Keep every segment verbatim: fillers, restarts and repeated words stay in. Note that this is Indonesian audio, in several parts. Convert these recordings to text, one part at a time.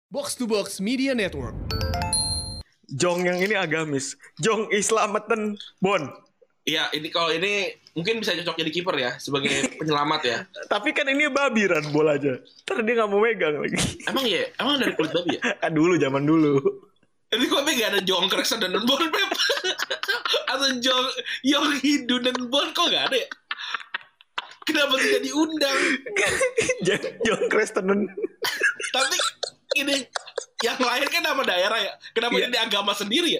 Box to Box Media Network. Jong yang ini agamis. Jong Islamatan Bon. Iya, ini kalau ini mungkin bisa cocok jadi kiper ya, sebagai penyelamat ya. Tapi kan ini babi Ran bolanya. Ntar dia gak mau megang lagi. Emang ya? Emang dari kulit babi ya? Kan dulu, zaman dulu. Ini kok gak ada Jong Kresna dan Bon, Pep? Atau Jong Yong Hidu dan Bon kok gak ada ya? Kenapa tidak diundang? Jong Kristen. Tapi ini yang lain kan nama daerah ya. Kenapa Iya. ini agama sendiri ya?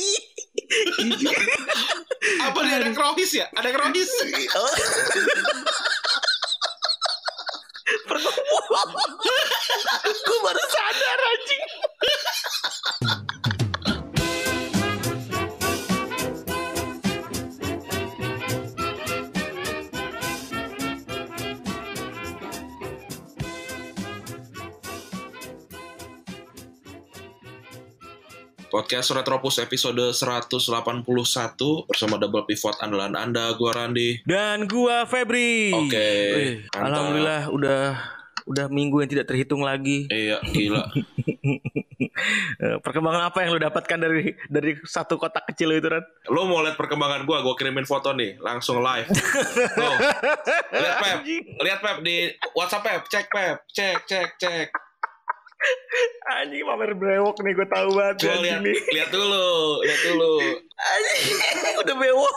Apa nih ada Krohis ya? Ada Krohis. Gue baru sadar anjing. Podcast Retropus episode seratus delapan puluh satu bersama double pivot andalan Anda, gua Randi. Dan gua Febri. Oke, Wih, mantap. alhamdulillah udah udah minggu yang tidak terhitung lagi. Iya, gila. Eh, Perkembangan apa yang lu dapatkan dari dari satu kotak kecil itu, Ran? Lo mau lihat perkembangan gua, gua kirimin foto nih, langsung live. Tuh. Lihat Pep, lihat Pep di WhatsApp Pep, cek Pep, cek cek cek. Anjing pamer brewok nih, gue tahu banget. Coba anjing lihat, nih. lihat dulu, lihat dulu. Anjing udah bewok.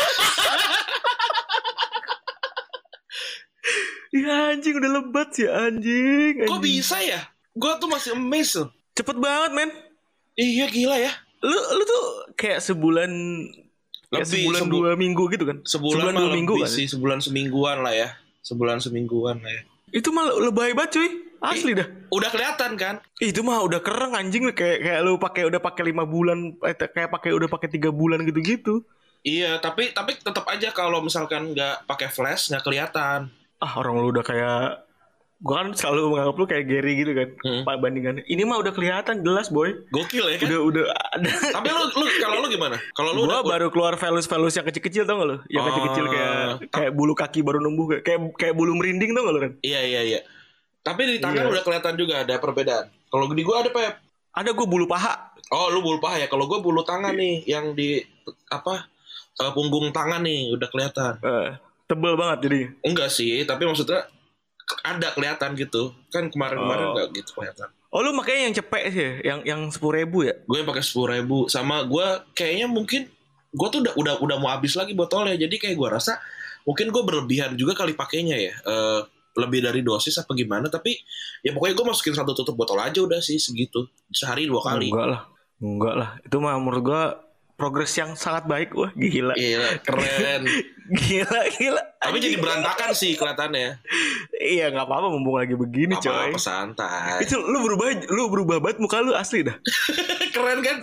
Ya anjing udah lebat sih anjing, anjing. Kok bisa ya? Gua tuh masih amazed loh. Cepet banget men. Iya gila ya. Lu lu tuh kayak sebulan kayak Lebih, sebulan sebu- dua minggu gitu kan? Sebulan, dua mah minggu lebih kan? sih, sebulan semingguan lah ya. Sebulan semingguan lah ya. Itu mah lebay banget cuy. Asli dah. Udah kelihatan kan? Itu mah udah kereng anjing, kayak kayak lu pakai udah pakai lima bulan eh, kayak pakai udah pakai tiga bulan gitu-gitu. Iya, tapi tapi tetap aja kalau misalkan nggak pakai flash nggak kelihatan. Ah, orang lu udah kayak gua kan selalu menganggap lu kayak Gary gitu kan. Hmm. Pak bandingannya. Ini mah udah kelihatan jelas, boy. Gokil ya kan? Udah udah ada. Tapi lu lu kalau lu gimana? Kalau lu Gua udah baru keluar velus-velus yang kecil-kecil tau gak lu? Yang Oh. kecil-kecil kayak kayak bulu kaki baru numbuh kayak kayak, kayak bulu merinding tau gak lu, Ren? Iya iya iya. Tapi di tangan Iya. udah kelihatan juga ada perbedaan. Kalau di gua ada Pep. Ada gue bulu paha. Oh, lu bulu paha ya. Kalau gua bulu tangan nih yang di apa? eh, punggung tangan nih udah kelihatan. Eh, tebel banget jadi. Enggak sih, tapi maksudnya ada kelihatan gitu. Kan kemarin-kemarin Oh. enggak gitu kelihatan. Oh lu makanya yang cepek sih, yang yang sepuluh ribu ya? Gue yang pakai sepuluh ribu sama gue kayaknya mungkin gue tuh udah udah udah mau habis lagi botolnya, jadi kayak gue rasa mungkin gue berlebihan juga kali pakainya ya. Eh, lebih dari dosis apa gimana, tapi ya pokoknya gue masukin satu tutup botol aja udah sih segitu, sehari dua kali. Enggak lah, enggak lah. Itu mah menurut gue progres yang sangat baik, wah gila. Iya keren. Gila gila. Tapi jadi berantakan sih kelihatannya. Iya nggak apa-apa mumpung lagi begini coy. Apa-apa santai. Itu lu berubah lu berubah banget muka lu asli dah. Keren kan?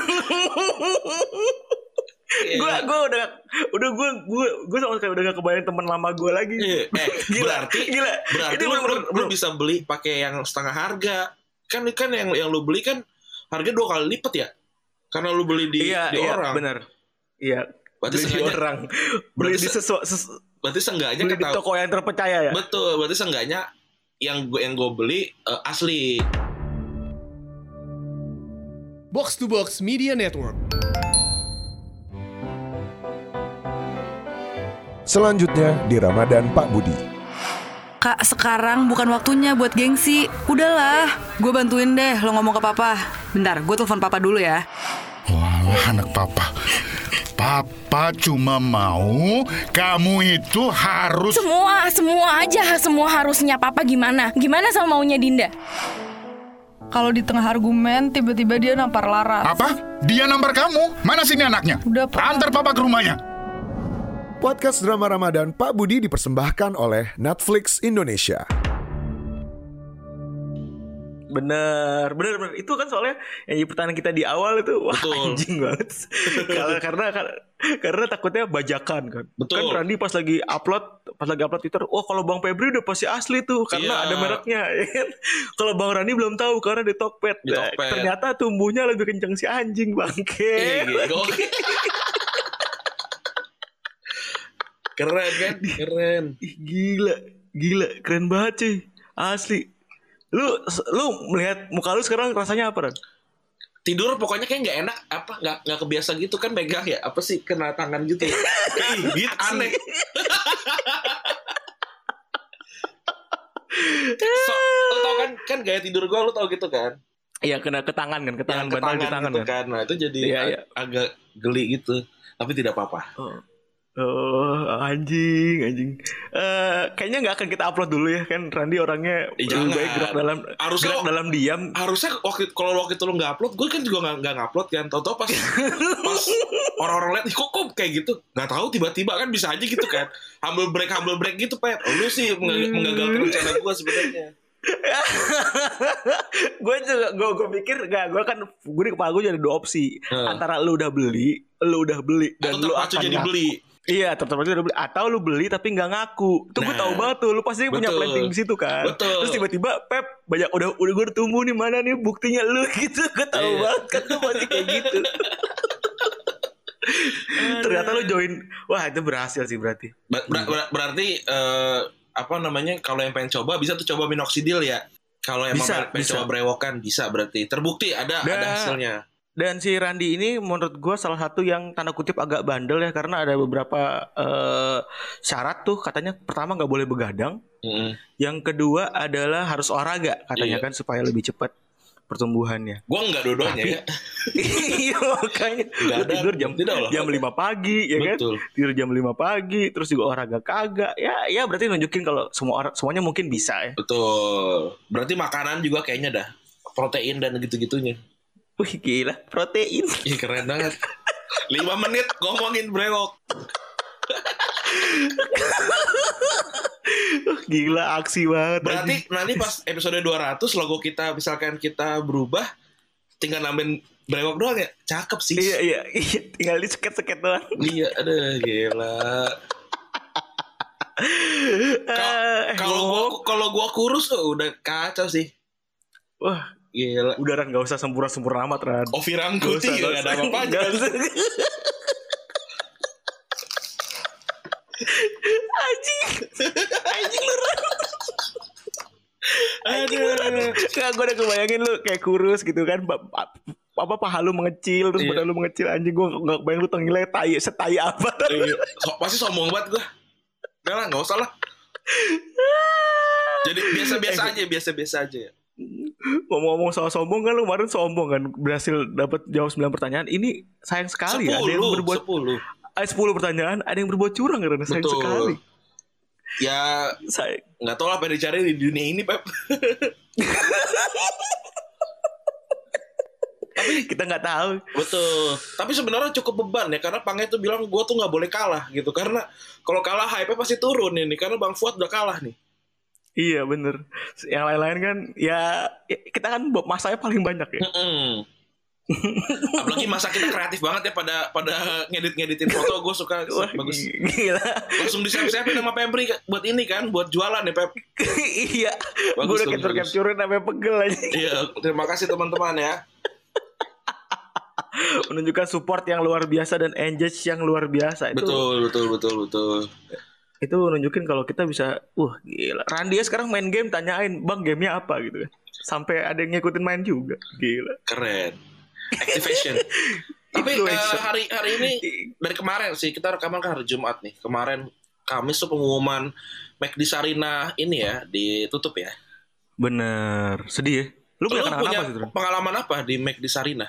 Gue gue udah udah gue gue gue sama kayak udah gak kebayang teman lama gue lagi. Iya. Eh, Gila, berarti gila. berarti Itu lu, lu, bener-bener- lu bisa beli pakai yang setengah harga. Kan kan yang yang lu beli kan harga dua kali lipat ya. Karena lu beli di Iya di iya orang. benar. Iya. Berarti Beli di sengaja- orang. Beli berarti di se- sesuatu ses, Berarti seenggaknya beli di ketahu. toko yang terpercaya ya. Betul, berarti seenggaknya yang gue yang gue beli eh, asli. Box to Box Media Network. Selanjutnya di Ramadan Pak Budi. Kak, sekarang bukan waktunya buat gengsi. Udahlah, gue bantuin deh lo ngomong ke papa. Bentar, gue telepon papa dulu ya. Wah, anak papa. Papa cuma mau kamu itu harus... Semua, semua aja, semua harusnya papa gimana? Gimana sama maunya Dinda? Kalau di tengah argumen tiba-tiba dia nampar Laras. Apa? Dia nampar kamu? Mana sini anaknya? Udah, Pak. Antar papa ke rumahnya. Podcast drama Ramadan Pak Budi dipersembahkan oleh Netflix Indonesia. Bener, bener, bener. Itu kan soalnya yang jadi pertanyaan kita di awal itu, wah Betul. anjing banget. Karena karena karena takutnya bajakan kan. Betul. Kan Randi pas lagi upload, pas lagi upload Twitter, oh kalau Bang Febri udah pasti asli tuh karena Iya. ada mereknya. ya kan? Kalau Bang Randi belum tahu karena di Tokped. Di Nah, Tokped. ternyata tumbuhnya lebih kencang si anjing bangke. Iya, gitu. Keren kan? Keren. Ih, gila, gila, keren banget cuy. Asli. Lu lu melihat muka lu sekarang rasanya apa, Ran? Tidur pokoknya kayak nggak enak, apa nggak nggak kebiasa gitu kan megang ya, apa sih kena tangan gitu ya. Kayak gitu aneh. So, lo tau kan kan gaya tidur gue lo tau gitu kan? Iya, kena ke tangan kan, ke tangan, Yang ke bantal di tangan tangan gitu kan. kan. Nah itu jadi Iya, ag- iya. agak geli gitu, tapi tidak apa-apa. Oh. Oh, anjing, anjing. Eh, kayaknya nggak akan kita upload dulu ya kan, Randy orangnya Eh, lebih jangan. baik gerak dalam Harusnya gerak lo- dalam diam. Harusnya waktu kalau waktu itu lo nggak upload, gue kan juga nggak nggak ngupload kan. Tau-tau pas pas orang-orang lihat, "Ih, kok kok kayak gitu?" Nggak tahu tiba-tiba kan bisa aja gitu kan. Humble break humble break gitu Pep. Lu sih meng- menggagalkan rencana gue sebenarnya. Gue juga gue gue pikir gak, gue kan gue di kepala gue jadi dua opsi. Hmm. Antara lu udah beli, lu udah beli dan Atau lu terpacu akan jadi ngaku. beli. Iya, tetap aja udah beli. Atau lu beli tapi nggak ngaku. Itu gue Nah, tahu banget tuh. Lu pasti punya betul. planting di situ kan. Betul. Terus tiba-tiba Pep banyak udah udah gue tumbuh nih, mana nih buktinya lu gitu. Gue tahu Iya. banget kan lu pasti kayak gitu. Ternyata lu join. Wah, itu berhasil sih berarti. Ber- ber- ber- berarti eh, apa namanya? Kalau yang pengen coba bisa tuh coba minoxidil ya. Kalau emang Bisa, pengen bisa. coba brewokan bisa berarti. Terbukti ada Dan- ada hasilnya. Dan si Randy ini menurut gue salah satu yang tanda kutip agak bandel ya, karena ada beberapa eh, syarat tuh. Katanya pertama nggak boleh begadang, Mm-mm. yang kedua adalah harus olahraga katanya Iya. kan supaya lebih cepat pertumbuhannya. Gua enggak dua-duanya Tapi- ya. Iya, makanya Nggak lu ada, tidur jam tidak olahraga. jam lima pagi ya kan? Betul. Tidur jam lima pagi terus juga olahraga kagak. Ya ya berarti nunjukin kalau semua orang semuanya mungkin bisa ya. Betul. Berarti makanan juga kayaknya dah protein dan gitu-gitunya. Wih, gila, protein. Ih keren banget. lima menit ngomongin brewok. Gila, aksi banget. Berarti anjing. nanti pas episode dua ratus logo kita misalkan kita berubah, tinggal nambahin brewok doang ya. Cakep sih. Iya iya iya, tinggal diseket-seket doang. Iya, aduh gila. Eh, Kalau gua kalau gua kurus tuh udah kacau sih. Wah, Gila. udah Ran, gak usah sempurna-sempurna amat Ran. Ovi Rangkuti Nggak usah, gak ada nggak apa-apa. usah. Nggak usah. Anjing. Anjing lu Ran. Aduh. Nggak, gue udah kebayangin lu kayak kurus gitu kan, ba- ba- apa paha lu mengecil terus Iya. badan lu mengecil. Anjing, gue nggak kebayang lu tengilnya tai setai apa. Iya. So, pasti sombong banget gue. Udah lah, gak usah lah. Jadi biasa-biasa aja, biasa-biasa aja. Ngomong-ngomong soal sombong kan, lu kemarin sombong kan, berhasil dapat jawab sembilan pertanyaan. Ini sayang sekali ya, ada yang Sepuluh, berbuat sepuluh. eh, sepuluh pertanyaan, ada yang berbuat curang karena sayang Betul. sekali. Ya Sayang. nggak tahu lah apa yang dicari di dunia ini, Pep. Tapi kita nggak tahu. Betul. Tapi sebenarnya cukup beban ya, karena Pange tuh bilang gue tuh nggak boleh kalah gitu, karena kalau kalah hype-nya pasti turun ini, karena Bang Fuad udah kalah nih. Iya bener. Yang lain-lain kan ya, ya kita kan masanya paling banyak ya. Mm-mm. Apalagi masa kita kreatif banget ya pada pada ngedit-ngeditin foto, gue suka. Wah, Bagus. gila. Langsung disiap-siapin sama Pembri buat ini kan, buat jualan ya Pep. Iya. Bagus, Gue udah bagus, capture-capturein sampai pegel aja. Iya, terima kasih teman-teman ya. Menunjukkan support yang luar biasa dan engage yang luar biasa. Itu Betul, betul, betul, betul. itu nunjukin kalau kita bisa. Wah gila. Randy sekarang main game, tanyain bang gamenya apa gitu kan. Sampai ada yang ngikutin main juga. Gila. Keren. Activation. Tapi Influencer. eh, hari hari ini dari kemarin sih, kita rekaman kan hari Jumat nih. Kemarin Kamis tuh pengumuman McD Sarina ini ya ditutup ya. Bener. Sedih ya. Lu Lu punya kenangan punya apa sih, Ran? pengalaman apa di McD Sarina?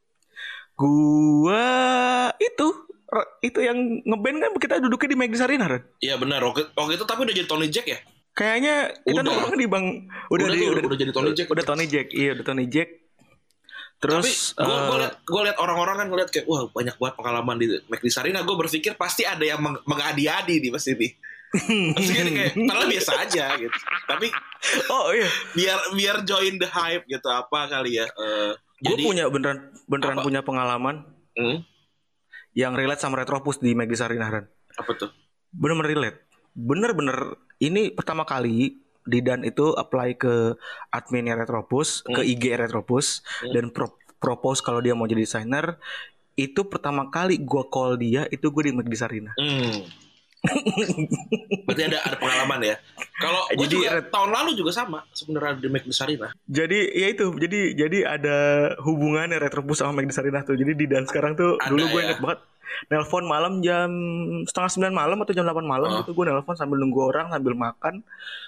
Gua itu itu yang ngeband kan kita duduknya di McD Sarina Ran. Iya benar. Waktu, waktu itu tapi udah jadi Tony Jack ya? Kayaknya kita Udah. nongkrong di bang Udah tuh, udah jadi Tony Jack. Udah Tony Jack. Iya, udah Tony Jack. Terus Tapi gue eh, liat gue liat orang-orang kan ngeliat kayak wah banyak banget pengalaman di McD Sarina. Gue berpikir pasti ada yang meng- mengadi-adi di pasti nih. Terus gini kayak padahal biasa aja gitu. Tapi oh iya, biar biar join the hype gitu apa kali ya. Eh, gue jadi punya beneran beneran Apa? punya pengalaman hmm, yang relate sama Retropus di McD Sarina Ran. apa tuh? Bener-bener relate. Bener-bener ini pertama kali Didan itu apply ke adminnya Retropus, Hmm. ke I G Retropus Hmm. dan pro- propose kalau dia mau jadi desainer. Itu pertama kali gue call dia itu gue di McD Sarina. Hmm. Berarti ada ada pengalaman ya. Kalau gue Jadi, juga Red- tahun lalu juga sama sebenarnya di McD Sarina. Jadi ya itu, jadi jadi ada hubungannya Retropus sama McD Sarinah tuh. Jadi di dan sekarang tuh Ada dulu gue ya. inget banget nelpon malam jam setengah sembilan malam atau jam delapan malam Oh. gitu, gue nelpon sambil nunggu orang sambil makan.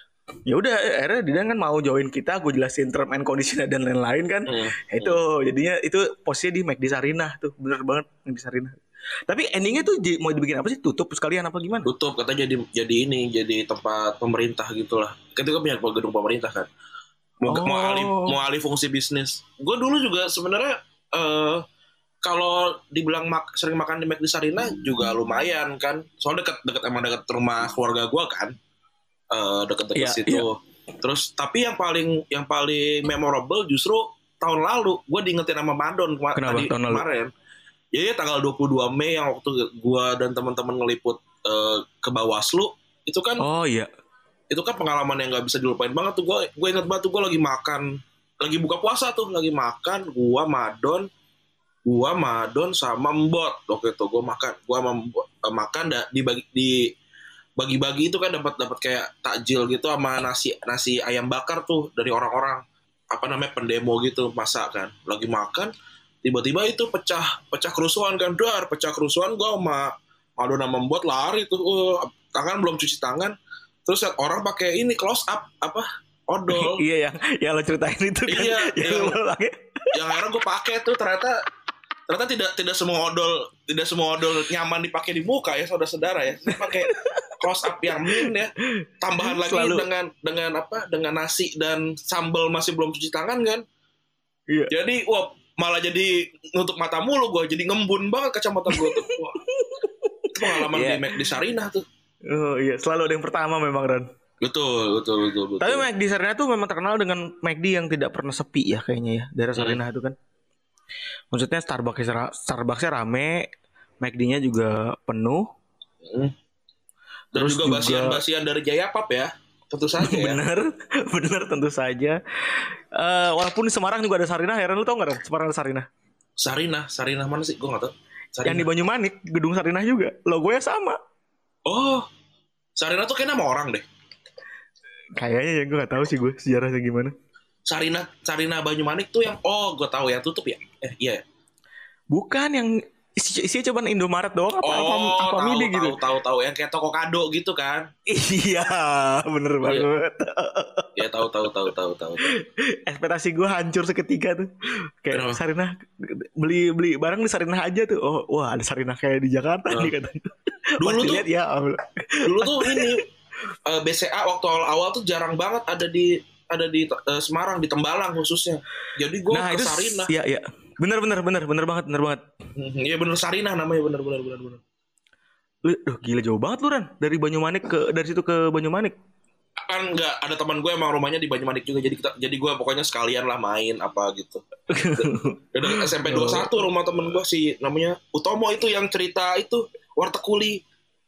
Ya udah akhirnya Didan kan mau join kita, gue jelasin term and condition dan lain-lain kan. Hmm. Itu jadinya itu posisinya di McD Sarinah tuh, bener banget McD Sarinah. Tapi endingnya tuh di- mau dibikin apa sih? Tutup sekalian apa gimana? Tutup katanya jadi jadi ini jadi tempat pemerintah gitulah. Kan itu kan punya gedung pemerintah kan. Mau Oh. mau alih mau alih fungsi bisnis. Gue dulu juga sebenarnya eh kalau dibilang mak, sering makan di McD Sarina juga lumayan kan. Soalnya dekat dekat emang dekat rumah keluarga gue kan. Eh dekat-dekat Iya, situ. Terus tapi yang paling yang paling memorable justru tahun lalu gue diingetin sama Madon kema- Kenapa tadi tahun lalu? kemarin. Jadi tanggal dua puluh dua Mei yang waktu gue dan teman-teman ngeliput eh, ke Bawaslu itu kan Oh iya. itu kan pengalaman yang nggak bisa dilupain banget tuh. Gue gue inget banget tuh gue lagi makan lagi buka puasa tuh lagi makan gue Madon gue Madon sama Mbot waktu itu gue makan gue sama Mbot, eh, makan da, dibagi di bagi-bagi itu kan dapat dapat kayak takjil gitu sama nasi nasi ayam bakar tuh dari orang-orang apa namanya pendemo gitu masak kan lagi makan tiba-tiba itu pecah pecah kerusuhan kan dar pecah kerusuhan gue sama Madon sama Mbot lari tuh uh, tangan belum cuci tangan terus liat orang pakai ini close up apa odol Iya yang yang lo ceritain itu kan. Iya, yang yang- lo pakai. yang akhirnya gue pakai tuh ternyata ternyata tidak tidak semua odol tidak semua odol nyaman dipakai di muka ya saudara-saudara ya saya pakai close up yang min ya tambahan lagi Selalu. dengan dengan apa dengan nasi dan sambal masih belum cuci tangan kan Iya. jadi wah malah jadi nutup mata mulu gue jadi ngembun banget kacamata gue tuh wah, itu pengalaman Iya. di McD Sarina tuh Oh iya, selalu ada yang pertama memang Ran. betul betul betul betul Tapi McD Sarinah tuh memang terkenal dengan McD yang tidak pernah sepi ya kayaknya ya. Daerah Sarinah itu kan. Maksudnya Starbucks Starbucksnya rame, McD-nya juga penuh. Hmm. dan Terus juga juga- basian-basian dari Jayapap ya tentu saja ya. Bener, bener tentu saja. Eh, walaupun di Semarang juga ada Sarinah, heran lu tau gak Ran? Semarang ada Sarinah. Sarinah Sarinah mana sih gue nggak tahu Yang di Sarinah. Banyumanik, gedung Sarinah juga. Logonya sama. Oh, Sarinah tuh kayak nama orang deh. Kayaknya ya gue gak tahu sih gue sejarahnya gimana. Sarinah Sarinah Banyumanik tuh yang oh gue tahu ya tutup ya. Eh iya. ya? Bukan yang isi isinya cuma Indomaret doang apa apa, Oh, apa tahu midi tahu gitu. tahu tahu yang kayak toko kado gitu kan. Iya, bener Iya. banget. Ya tahu tahu tahu tahu tahu. Ekspektasi gue hancur seketika tuh. Kayak Kenapa? Sarinah beli beli barang di Sarinah aja tuh. Oh, wah ada Sarinah kayak di Jakarta Oh. nih katanya. Dulu Pas tuh- dilihat, ya Allah. Dulu tuh ini eh, B C A waktu awal-awal tuh jarang banget ada di ada di eh, Semarang di Tembalang khususnya. Jadi gue Nah ke itu Sarinah. Iya iya. Bener bener bener bener banget bener banget. Hmm, Iya bener Sarinah namanya bener bener bener bener. Lu, duh, gila jauh banget lu Ran. Dari Banyumanik ke dari situ ke Banyumanik. Kan nggak ada teman gue emang rumahnya di Banyumanik juga jadi kita jadi gue pokoknya sekalian lah main apa gitu. Udah S M P dua puluh satu rumah temen gue sih namanya Utomo itu yang cerita itu Warteg Kuli.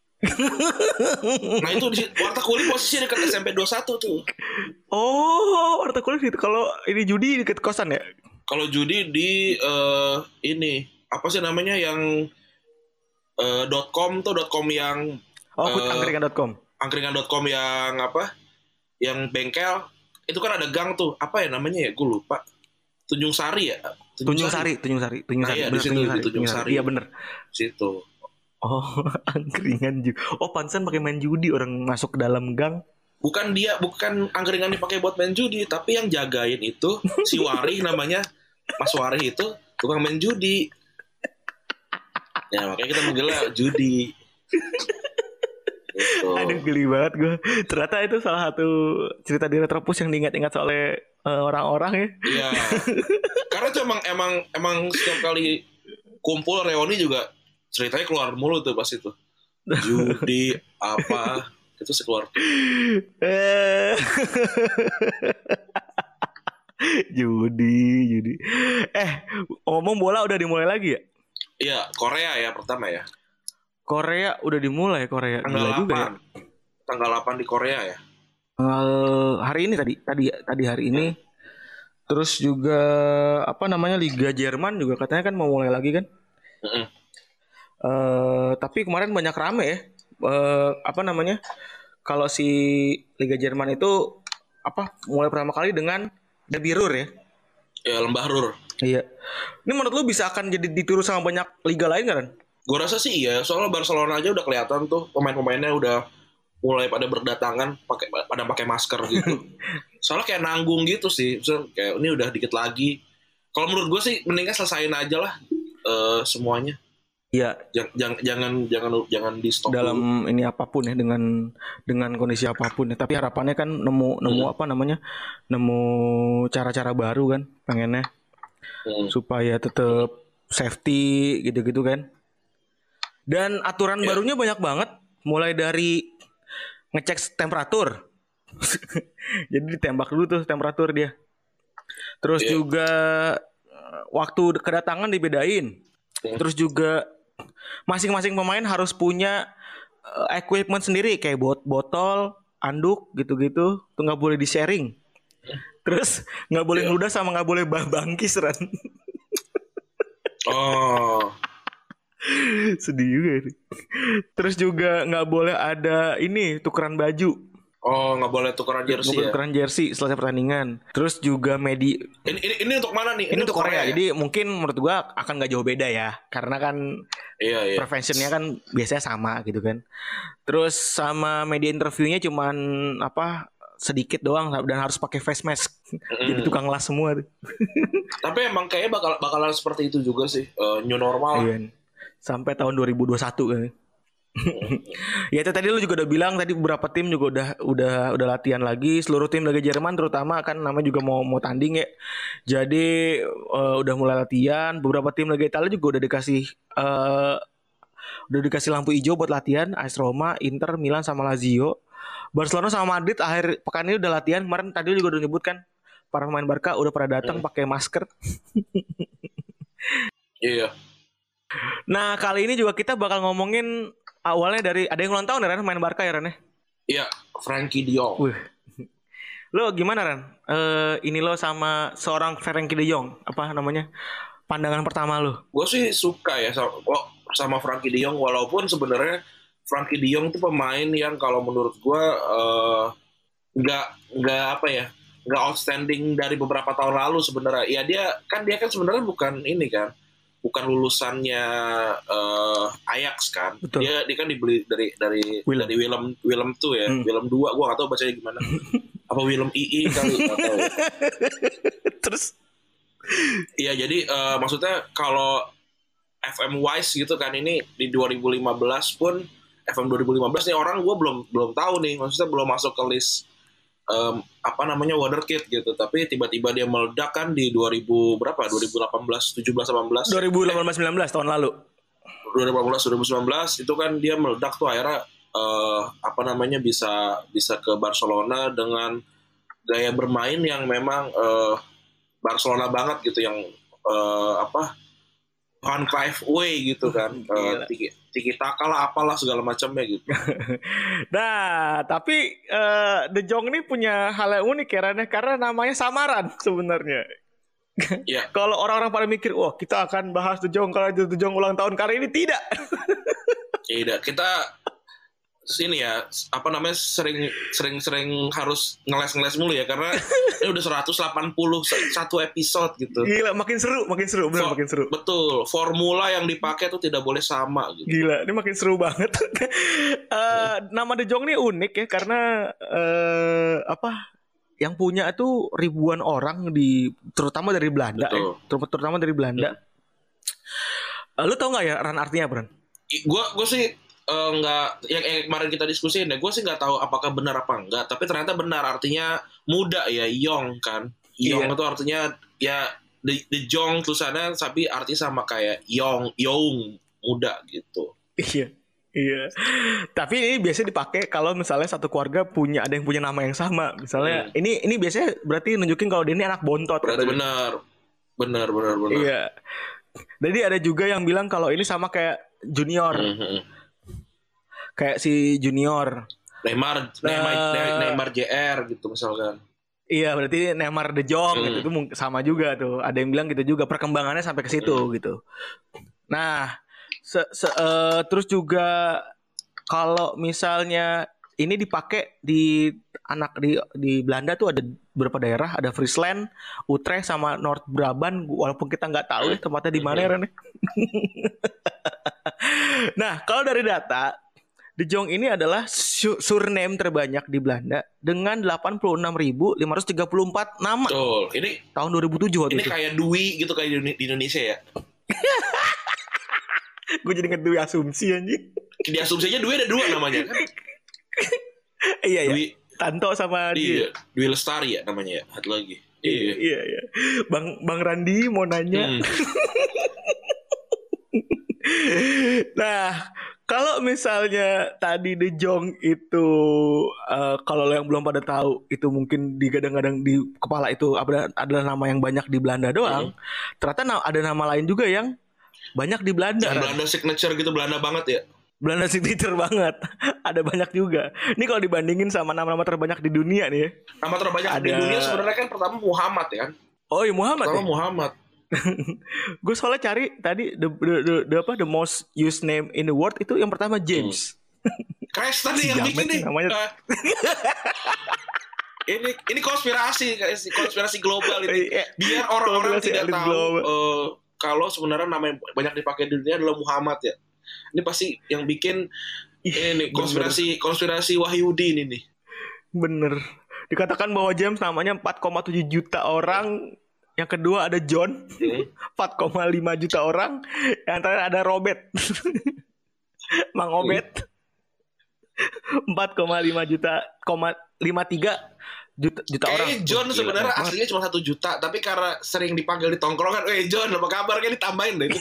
Nah itu di Warteg Kuli posisinya dekat S M P dua puluh satu tuh. Oh, warteg kulit gitu. Kalau ini judi deket kosan ya? Kalau judi di eh, ini apa sih namanya yang eh, .com tuh .com yang Oh, Eh, angkringan dot com. angkringan dot com yang apa? Yang bengkel itu kan ada gang tuh apa ya namanya ya gue lupa. Tunjung Sari ya? Tunjung Sari, Tunjung Sari, Tunjung Nah, Sari. iya, Bener, di situ, Tunjung di Sari, Tunjung Sari. Iya bener. Situ. Oh, angkringan juga. Oh, pantesan pakai main judi orang masuk ke dalam gang. Bukan dia, bukan angkringan dipakai buat main judi, tapi yang jagain itu si Wari namanya Mas Wari itu tukang main judi. Ya makanya kita manggilnya judi. Gitu. Aduh, geli banget gue. Ternyata itu salah satu cerita di Retropus yang diingat-ingat oleh eh, orang-orang ya. Iya. Karena itu emang emang emang setiap kali kumpul reuni juga ceritanya keluar mulu tuh pas itu. Judi apa itu sekeluar. Eh. judi, judi. Eh, ngomong bola udah dimulai lagi ya? Iya, Korea ya pertama ya. Korea udah dimulai Korea. Tanggal Gila juga ya. delapan. Tanggal delapan di Korea ya. Tanggal hari ini tadi, tadi tadi hari ini. Terus juga apa namanya Liga Jerman juga katanya kan mau mulai lagi kan? Mm-mm. Eh tapi kemarin banyak rame ya uh, apa namanya? Kalau si Liga Jerman itu apa? Mulai pertama kali dengan Derby Ruhr ya. Ya lembah Ruhr. Iya. Ini menurut lu bisa akan jadi ditiru sama banyak liga lain kan? Gue rasa sih iya, soalnya Barcelona aja udah kelihatan tuh pemain-pemainnya udah mulai pada berdatangan pakai pada pakai masker gitu. Soalnya kayak nanggung gitu sih. So, kayak ini udah dikit lagi. Kalau menurut gue sih mendingan selesain aja lah uh, semuanya. Iya. Jangan jangan jangan jangan di stop dalam dulu. Ini apapun ya dengan dengan kondisi apapun ya. Tapi harapannya kan nemu nemu hmm. apa namanya? Nemu cara-cara baru kan pengennya. Hmm. Supaya tetap safety gitu-gitu kan. Dan aturan yeah. barunya banyak banget, mulai dari ngecek temperatur. Jadi ditembak dulu tuh temperatur dia. Terus yeah. juga waktu kedatangan dibedain. Yeah. Terus juga masing-masing pemain harus punya equipment sendiri kayak bot botol, anduk gitu-gitu, tuh nggak boleh di-sharing. Terus nggak boleh ngeludah sama nggak boleh bangkis Ran. Oh, sedih juga ini. Terus juga nggak boleh ada ini tukeran baju. Oh, nggak boleh tukeran jersey. Nggak boleh tukeran ya? jersey selesai pertandingan. Terus juga medi. Ini ini, ini untuk mana nih? Ini, ini untuk Korea. Korea. Jadi mungkin menurut gua akan nggak jauh beda ya, karena kan iya, iya. preventionnya kan biasanya sama gitu kan. Terus sama media interviewnya cuman apa? Sedikit doang dan harus pakai face mask. Mm. Jadi tukang las semua tuh. Tapi emang kayaknya bakal bakalan seperti itu juga sih, uh, new normal. Iya. Sampai tahun dua ribu dua puluh satu kan. Ya itu tadi lu juga udah bilang tadi beberapa tim juga udah udah udah latihan lagi. Seluruh tim Liga Jerman terutama kan namanya juga mau mau tanding ya. Jadi uh, udah mulai latihan. Beberapa tim Liga Italia juga udah dikasih uh, udah dikasih lampu hijau buat latihan. A S Roma, Inter, Milan sama Lazio. Barcelona sama Madrid akhir pekan ini udah latihan. Kemarin tadi juga udah nyebutkan para pemain Barca udah pada datang hmm. pakai masker. Iya. Nah kali ini juga kita bakal ngomongin awalnya dari ada yang ulang tahun ya Ran, main Barca ya Ran ya? Iya, Frankie de Jong. Wih. Lo gimana Ran? Uh, ini lo sama seorang Frankie de Jong, apa namanya? Pandangan pertama lo? Gue sih suka ya sama, sama Frankie de Jong walaupun sebenarnya Frankie de Jong itu pemain yang kalau menurut gue uh, nggak nggak apa ya nggak outstanding dari beberapa tahun lalu sebenarnya. Ya dia kan dia kan sebenarnya bukan ini kan bukan lulusannya uh, Ajax kan. Betul. Dia dia kan dibeli dari dari Willem. dari Willem Willem tuh ya hmm. Willem dua gue nggak tahu bacanya gimana. Apa Willem I I kali nggak tahu. Terus iya jadi uh, maksudnya kalau F M Wise gitu kan ini di dua ribu lima belas pun F M dua ribu lima belas nih orang gue belum belum tahu nih, maksudnya belum masuk ke list um, apa namanya wonderkid gitu, tapi tiba-tiba dia meledak kan di dua ribu berapa dua ribu delapan belas, tujuh belas, delapan belas dua ribu delapan belas sembilan belas tahun lalu dua ribu delapan belas dua ribu sembilan belas itu kan dia meledak tuh akhirnya uh, apa namanya bisa bisa ke Barcelona dengan gaya bermain yang memang uh, Barcelona banget gitu yang uh, apa Van Cruyff way gitu kan, uh, tiki, tiki taka lah apalah segala macamnya gitu. Nah tapi uh, De Jong ini punya hal yang unik ya Ran, karena namanya samaran sebenarnya. Yeah. Kalau orang-orang pada mikir, wah kita akan bahas De Jong kalau De Jong ulang tahun kali ini, tidak. Tidak, kita sini ya apa namanya sering sering sering harus ngeles-ngeles mulu ya karena ini udah seratus delapan puluh satu episode gitu. Gila, makin seru, makin seru, benar For, makin seru. Betul, formula yang dipakai tuh tidak boleh sama gitu. Gila, ini makin seru banget. uh, nama De Jong ini unik ya karena uh, apa? Yang punya itu ribuan orang di terutama dari Belanda, ya, terutama dari Belanda. Hmm. Uh, lu tau nggak ya Ran artinya apa Ran? Gue gue sih Uh, nggak yang, yang kemarin kita diskusiin ya, gue sih nggak tahu apakah benar apa enggak, tapi ternyata benar, artinya muda ya, young kan, young iya. Itu artinya ya the, the Jong tulisannya tapi artinya sama kayak young, young muda gitu. Iya, iya. Tapi ini biasanya dipakai kalau misalnya satu keluarga punya ada yang punya nama yang sama, misalnya hmm. ini ini biasanya berarti nunjukin kalau dia ini anak bontot. Berarti benar, benar, benar, benar. Iya. Jadi ada juga yang bilang kalau ini sama kayak Junior. Hmm. Kayak si Junior Neymar, Neymar, uh, Neymar J R gitu misalkan. Iya, berarti Neymar De Jong hmm. gitu, itu sama juga tuh. Ada yang bilang gitu juga, perkembangannya sampai ke situ hmm. gitu. Nah, se, se, uh, terus juga kalau misalnya ini dipakai di anak di di Belanda tuh ada beberapa daerah, ada Friesland, Utrecht sama North Brabant, walaupun kita nggak tahu ya tempatnya di mana ya Ren. Nah, kalau dari data, De Jong ini adalah su- surname terbanyak di Belanda dengan delapan puluh enam ribu lima ratus tiga puluh empat nama. Betul. Ini tahun dua ribu tujuh waktu ini itu. kayak Dwi gitu kayak di di Indonesia ya. Gue jadi ngedui asumsi anjing. Di asumsinya Dwi ada dua namanya kan? Iya ya. Dwi, Tanto sama dia. iya, Dwi Lestari ya namanya ya. Satu lagi. Iya. Iya iya. Bang Bang Randi mau nanya. Hmm. Nah, kalau misalnya tadi De Jong itu uh, kalau yang belum pada tahu itu mungkin digadang-gadang di kepala itu adalah, adalah nama yang banyak di Belanda doang. Hmm. Ternyata na- ada nama lain juga yang banyak di Belanda. Yang Belanda signature gitu, Belanda banget ya. Belanda signature banget. Ada banyak juga. Ini kalau dibandingin sama nama-nama terbanyak di dunia nih ya. Nama terbanyak ada... di dunia sebenarnya kan pertama Muhammad ya kan. Oh iya Muhammad. Pertama ya? Muhammad. Gue soalnya cari tadi the, the, the, the apa the most used name in the world itu yang pertama James. Hmm. Kristen nih Si yang Jamet bikin nih. namanya. Uh, ini ini konspirasi konspirasi global ini. Biar orang-orang Konspirasi tidak elit tahu uh, kalau sebenarnya nama yang banyak dipakai di dunia adalah Muhammad ya. Ini pasti yang bikin ini konspirasi konspirasi Wahyudi ini nih. Bener. Dikatakan bahwa James namanya empat koma tujuh juta orang. Yang kedua ada John, hmm. empat koma lima juta orang. Yang terakhir ada Robert, Mang Obet, empat koma lima juta, lima puluh tiga juta, juta orang. Kayaknya John oh, sebenarnya aslinya cuma satu juta, tapi karena sering dipanggil di tongkrongan, eh John apa kabar? Kayak ditambahin deh.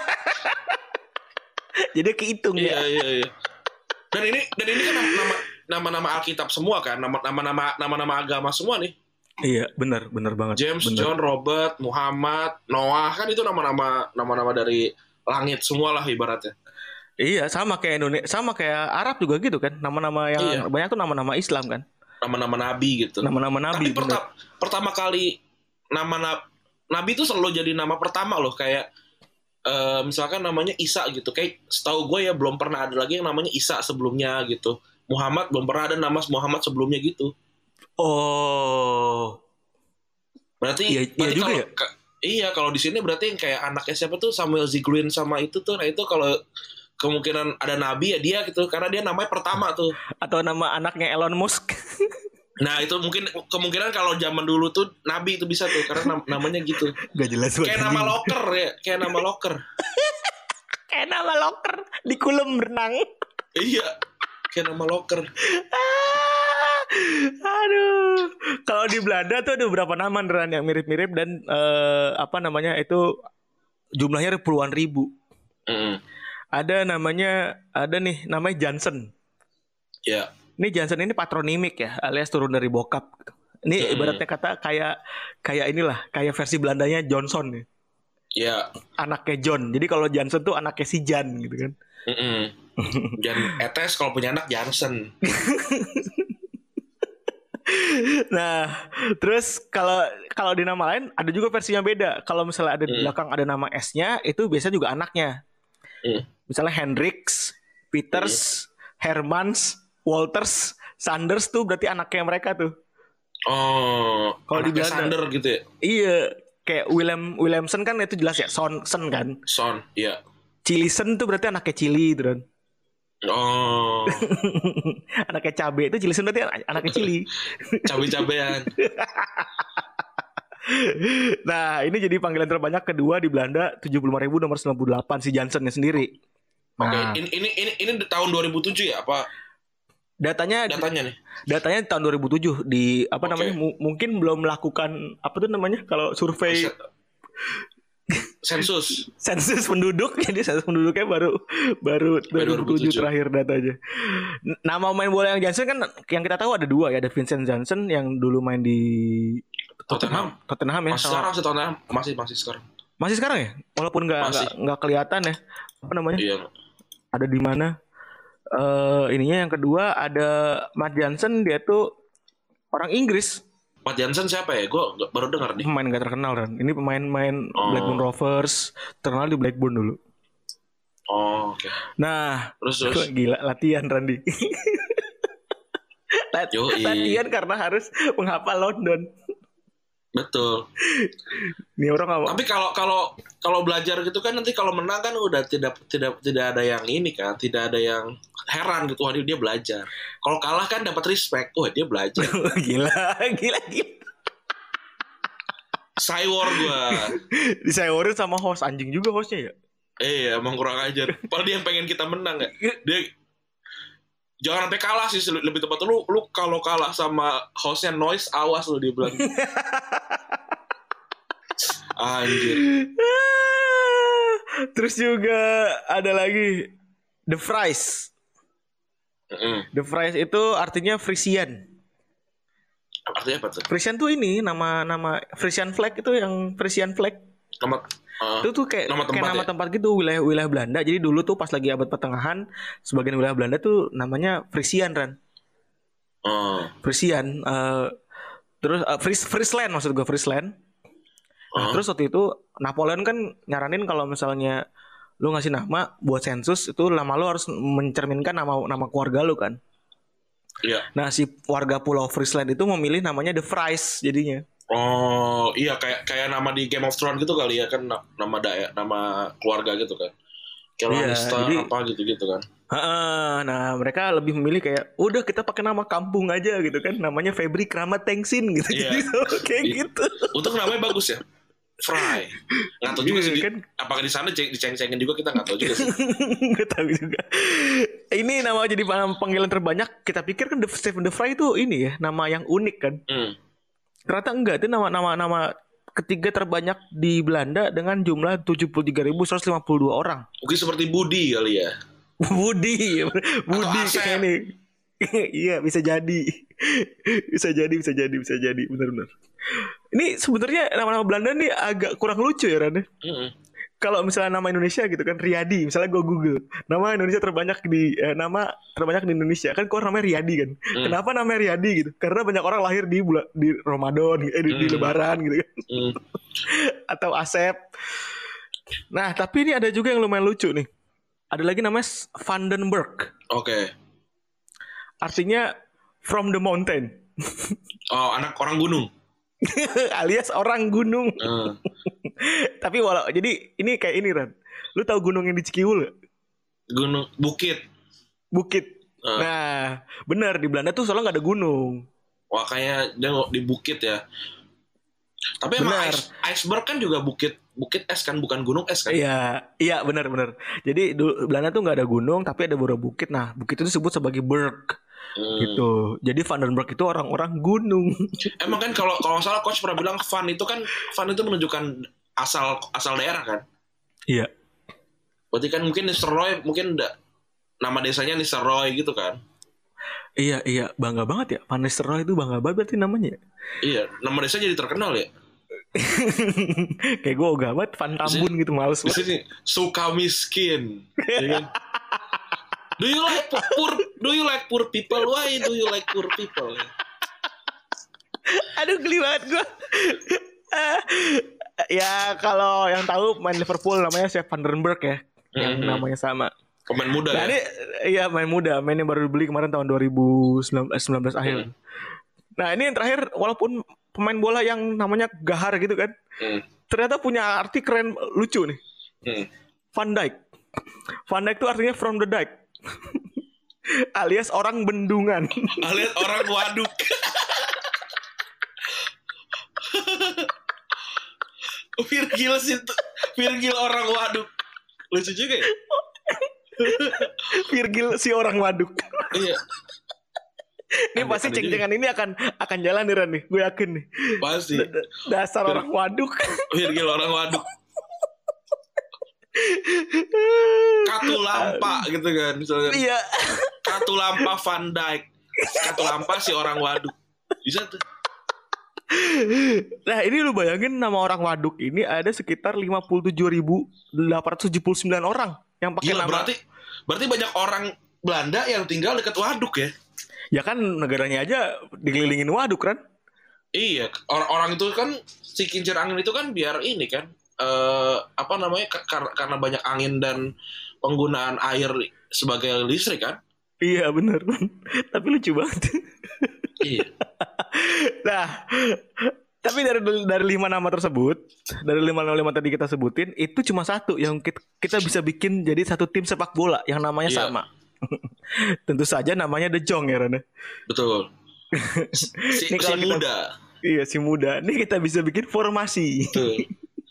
Jadi kehitung ya. Iya iya iya. Dan ini dan ini kan nama nama-nama Alkitab semua kan, nama-nama nama-nama agama semua nih. Iya, benar, benar banget. James, bener. John, Robert, Muhammad, Noah kan itu nama-nama nama-nama dari langit semua lah ibaratnya. Iya, sama kayak Indonesia, sama kayak Arab juga gitu kan. Nama-nama yang iya. banyak tuh nama-nama Islam kan. Nama-nama nabi gitu. Nama-nama nabi. Tapi perta- pertama kali nama na- nabi itu selalu jadi nama pertama loh, kayak uh, misalkan namanya Isa gitu. Kayak setahu gue ya belum pernah ada lagi yang namanya Isa sebelumnya gitu. Muhammad belum pernah ada nama Muhammad sebelumnya gitu. Oh, berarti, iya, berarti iya juga kalau, ya? Ka- iya kalau di sini berarti yang kayak anaknya siapa tuh Samuel Ziegler sama itu tuh, nah itu kalau kemungkinan ada nabi ya dia gitu, karena dia namanya pertama tuh. Atau nama anaknya Elon Musk. Nah itu mungkin kemungkinan kalau zaman dulu tuh nabi itu bisa tuh, karena nam- namanya gitu. Gak jelas. Kayak nama locker ya, kayak nama locker. Kayak nama locker di kolam renang. Iya, kayak nama locker. Aduh, kalau di Belanda tuh ada beberapa nama Ran yang mirip-mirip dan uh, apa namanya itu jumlahnya puluhan ribu. Mm. Ada namanya, ada nih namanya Jansen. Ya. Yeah. Ini Jansen ini patronimik ya, alias turun dari bokap. Ini mm. ibaratnya kata kayak kayak inilah, kayak versi Belandanya Johnson nih. Ya. Yeah. Anaknya John. Jadi kalau Jansen tuh anaknya si Jan gitu kan. Jan Etes kalau punya anak Jansen. Nah, terus kalau kalau di nama lain ada juga versinya beda. Kalau misalnya ada di belakang ada nama S-nya, itu biasanya juga anaknya. Mm. Misalnya Hendrix, Peters, mm. Hermans, Walters, Sanders tuh berarti anaknya mereka tuh. Oh, kalau di Belanda Sanders gitu ya? Iya, kayak William Williamson kan itu jelas ya, Son, Son kan? Son, iya. Cilisen tuh berarti anaknya Cili gitu kan. Oh. Anaknya cabe itu Cilisen berarti anaknya Cili. Cabe-cabean. Nah, ini jadi panggilan terbanyak kedua di Belanda, tujuh puluh lima ribu nomor sembilan puluh delapan si Jansennya sendiri. Oke, okay. Nah, ini ini ini ini di tahun dua ribu tujuh ya apa? Datanya datanya nih. Datanya di tahun dua ribu tujuh di apa okay. namanya? M- mungkin belum melakukan apa tuh namanya kalau survei sensus sensus penduduk, jadi sensus penduduknya baru baru dua ribu tujuh terakhir datanya. Nama main bola yang Jansen kan yang kita tahu ada dua ya, ada Vincent Janssen yang dulu main di Tottenham Tottenham, Tottenham ya. Masih sekarang sih Tottenham, masih masih sekarang. Masih sekarang ya? Walaupun nggak nggak kelihatan ya. Apa namanya? Iya. Ada di mana? Uh, ininya yang kedua ada Matt Jansen, dia tuh orang Inggris. Matt Jansen siapa ya? Gue baru dengar nih. Pemain gak terkenal kan. Ini pemain-pemain oh. Blackburn Rovers, terkenal di Blackburn dulu. Oh, oke. Okay. Nah, terus terus gila latihan Randy. Lat- latihan karena harus menghafal London. Betul. Nih orang apa? Tapi kalau kalau kalau belajar gitu kan nanti kalau menang kan udah tidak tidak tidak ada yang ini kan, tidak ada yang heran gitu, wah dia belajar. Kalau kalah kan dapat respect, wah dia belajar. gila, gila, gila. Cywar gua. Di Cywarin sama host anjing juga hostnya ya. Eh, emang kurang ajar. Padahal dia yang pengen kita menang ya. Dia jangan sampai kalah sih, lebih tepat lu lu kalau kalah sama hostnya Noise, awas lu dia bilang. Anjir. Terus juga ada lagi The Fries. Mm-hmm. The Fries itu artinya Frisian. Artinya apa tuh? Frisian tuh ini nama nama Frisian flag itu yang Frisian flag. Nama uh, itu tuh kayak nama tempat, kayak nama ya? tempat gitu, wilayah wilayah Belanda. Jadi dulu tuh pas lagi abad pertengahan sebagian wilayah Belanda tuh namanya Frisian Ran. Uh. Frisian uh, terus uh, Fries Friesland maksud gue Friesland. Nah, terus waktu itu Napoleon kan nyaranin kalau misalnya lu ngasih nama buat sensus itu nama lu harus mencerminkan nama nama keluarga lu kan. Iya. Nah si warga Pulau Friesland itu memilih namanya The Fries jadinya. Oh iya kayak kayak nama di Game of Thrones gitu kali ya kan, nama daerah nama keluarga gitu kan. Kayak iya, Lannister jadi, apa gitu-gitu kan. Nah mereka lebih memilih kayak udah kita pakai nama kampung aja gitu kan, namanya Febri Kramat Tengsin gitu, iya. gitu kayak iya. gitu. Untuk namanya bagus ya. Fry. Nggak tahu juga sih. Kan? Apakah di sana diceng-cengin juga kita nggak tahu juga sih. Nggak tahu juga. Ini nama jadi panggilan terbanyak. Kita pikir kan The Stephen The Fry itu ini ya nama yang unik kan. Hmm. Ternyata enggak. Itu nama-nama nama ketiga terbanyak di Belanda dengan jumlah tujuh puluh tiga ribu seratus lima puluh dua orang. Mungkin seperti Budi kali ya. Budi, Budi kayak ini. Iya bisa jadi, bisa jadi, bisa jadi, bisa jadi, benar-benar. Ini sebenarnya nama-nama Belanda nih agak kurang lucu ya Ran. Mm-hmm. Kalau misalnya nama Indonesia gitu kan Riyadi, misalnya gue Google nama Indonesia terbanyak di eh, nama terbanyak di Indonesia kan, kok namanya Riyadi kan? Mm. Kenapa namanya Riyadi gitu? Karena banyak orang lahir di bulan di Ramadan, eh, di, mm. di Lebaran gitu kan, mm. atau Asep. Nah tapi ini ada juga yang lumayan lucu nih. Ada lagi namanya Vandenberg. Oke. Okay. Artinya from the mountain. Oh, anak orang gunung. Alias orang gunung. Uh. Tapi walau jadi ini kayak ini Ran. Lu tahu gunung yang di Cikiwul gak? Gunung Bukit. Bukit. Uh. Nah, benar di Belanda tuh soalnya nggak ada gunung. Wah, kayak dia di bukit ya. Tapi emang ice, iceberg kan juga bukit, bukit es kan, bukan gunung es kan? Iya, iya benar-benar. Jadi dulu Belanda tuh nggak ada gunung, tapi ada beberapa bukit. Nah, bukit itu disebut sebagai berg, hmm. gitu. Jadi Vandenberg itu orang-orang gunung. Emang kan kalau kalau nggak salah coach pernah bilang Van itu kan, Van itu menunjukkan asal asal daerah kan? Iya. Berarti kan mungkin Nistelrooy mungkin da, nama desanya Nistelrooy gitu kan? Iya iya bangga banget ya, Van Nistelrooy itu bangga banget berarti namanya. Iya, nama desa jadi terkenal ya. Kayak gue ogah banget Van Tambun gitu, males banget. Di sini suka miskin, ya kan? Do you like poor? Do you like poor people? Why do you like poor people? Aduh geli banget gue. Ya kalau yang tahu main Liverpool namanya Sepp Vandenberg ya, mm-hmm. yang namanya sama. Pemain muda nah, ya? Ini, iya main muda, main yang baru dibeli kemarin tahun dua ribu sembilan belas akhir. Hmm. Nah ini yang terakhir, walaupun pemain bola yang namanya Gahar gitu kan, hmm. ternyata punya arti keren lucu nih. Hmm. Van Dijk. Van Dijk itu artinya from the dike. Alias orang bendungan. Alias orang waduk. Virgil sih, Virgil orang waduk. Lucu juga ya? Virgil si orang waduk. Iya. Ini ane, pasti ceng-cengan ini akan akan jalan nih Ran nih, gue yakin nih. Pasti. D- dasar Vir- orang waduk. Virgil orang waduk. Katulampa gitu kan misalnya. Iya. Katulampa Van Dijk. Katulampa si orang waduk. Bisa tuh. Nah ini lu bayangin nama orang waduk ini ada sekitar lima puluh tujuh ribu delapan ratus tujuh puluh sembilan orang yang pakai nama. Berarti berarti banyak orang Belanda yang tinggal dekat waduk ya? Ya kan negaranya aja dikelilingin waduk kan? Iya, orang-orang itu kan si kincir angin itu kan biar ini kan uh, apa namanya karena karena banyak angin dan penggunaan air sebagai listrik kan? Iya benar. Tapi lucu banget. Iya. Nah, tapi dari dari lima nama tersebut, dari lima nama tadi kita sebutin, itu cuma satu yang kita, kita bisa bikin jadi satu tim sepak bola yang namanya Iya. sama. Tentu saja namanya The Jong ya Rana. Betul. Si, Ini si kalau kita- muda. Iya si muda. Ini kita bisa bikin formasi. Betul.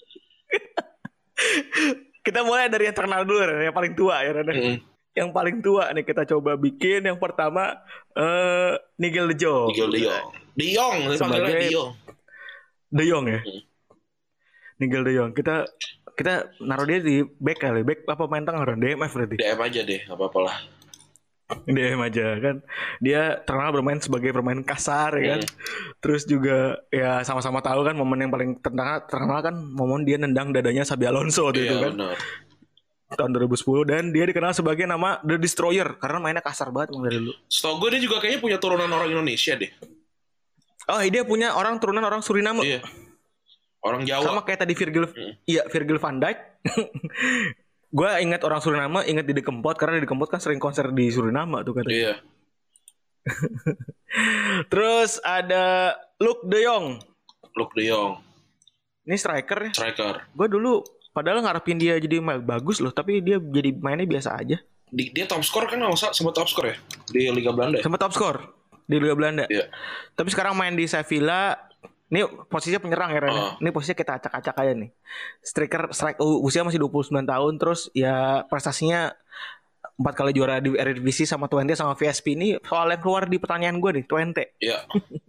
Kita mulai dari yang terkenal dulu, Rana, yang paling tua ya Rana. Mm. Yang paling tua nih kita coba bikin. Yang pertama eh Nigel De Jong. Nigel De Jong. De Jong, dia Sebagai- panggilnya De Jong. De Jong ya. Hmm. Nigel De Jong. Kita kita naruh dia di back kali. Back apa main tengah Ran? D M F berarti. D M aja deh, nggak apa-apa lah. D M aja kan. Dia terkenal bermain sebagai pemain kasar ya kan. Hmm. Terus juga ya sama-sama tahu kan momen yang paling terkenal, terkenal kan momen dia nendang dadanya Xabi Alonso waktu itu Iya kan. benar. Tahun dua ribu sepuluh dan dia dikenal sebagai nama The Destroyer karena mainnya kasar banget emang dari dulu. Setahu gue dia juga kayaknya punya turunan orang Indonesia deh. Oh, dia punya orang turunan orang Suriname. Iya. Orang Jawa. Sama kayak tadi Virgil, Hmm. iya Virgil van Dijk. Gue ingat orang Suriname, ingat Didi Kempot karena Didi Kempot kan sering konser di Suriname tuh katanya. Iya. Terus ada Luc De Jong, Luc De Jong, ini striker ya. striker. Gue dulu padahal ngarepin dia jadi ma- bagus loh, tapi dia jadi mainnya biasa aja. Di, dia top skor kan nggak usah sempat top skor ya di Liga Belanda. Ya? Sama top skor di Liga Belanda. Iya. Tapi sekarang main di Sevilla. Ini posisinya penyerang ya Ren. Oh. Ini posisinya kita acak-acak aja nih. Striker strike uh, usia masih dua puluh sembilan tahun terus ya prestasinya empat kali juara di Eredivisie sama Twente sama V S P ini soal yang keluar di pertanyaan gue nih Twente. Iya.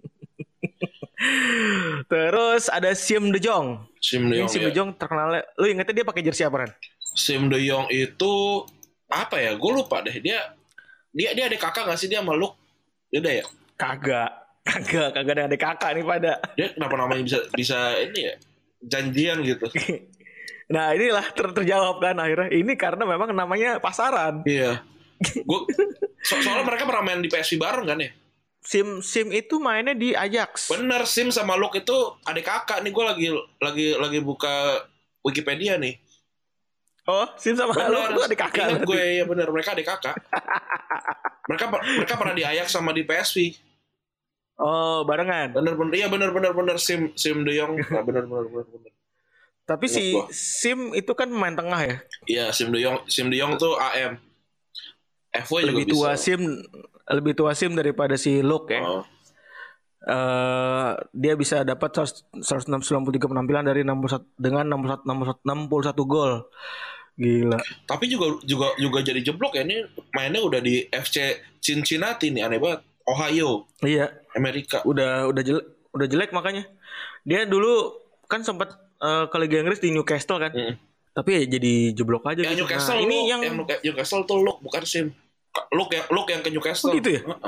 Terus ada Siem De Jong. Siem De Ini Jong. Siem Ya. De Jong terkenal. Lu ingetnya dia pakai jersey apa Ren? Siem De Jong itu apa ya? Gue lupa deh. Dia dia dia ada kakak nggak sih dia sama Luc? Dia ada ya? Kagak. Kagak, kagak ada adik kakak nih pada. Dia kenapa namanya bisa bisa ini ya? Janjian gitu. Nah inilah ter terjawab kan akhirnya. Ini karena memang namanya pasaran. Iya. Gua so soalnya mereka pernah main di P S V bareng kan ya? Sim Sim itu mainnya di Ajax. Bener, Sim sama Luc itu adik kakak nih. Gue lagi lagi lagi buka Wikipedia nih. Oh, Sim sama lu itu adik kakak. Ingat berarti. gue ya bener, mereka adik kakak. mereka mereka pernah di Ajax sama di P S V. Oh, barengan. Bener bener, iya bener bener bener Sim Sim De Jong, nah, bener bener bener bener. Tapi Ingat si gua. Sim itu kan pemain tengah ya. Iya Sim De Jong, Sim De Jong tuh A M. F W juga Lebih bisa. tua Sim, lebih tua Sim daripada si Luke ya. Oh. Eh, dia bisa dapat seratus sembilan puluh tiga penampilan dari enam puluh satu dengan enam puluh satu, enam puluh satu, enam puluh satu gol. Gila. Tapi juga juga juga jadi jeblok ya, ini mainnya udah di F C Cincinnati nih, aneh banget. Ohio, Iya, Amerika. udah udah jelek, udah jelek makanya. Dia dulu kan sempat eh, ke Liga Inggris di Newcastle kan. Mm. Tapi ya jadi jeblok aja Ya gitu. Newcastle Nah, ini Luke, yang, yang Newcastle tuh Luke bukan Sim. Luke yang Luke yang ke Newcastle. Oh, gitu ya? Heeh.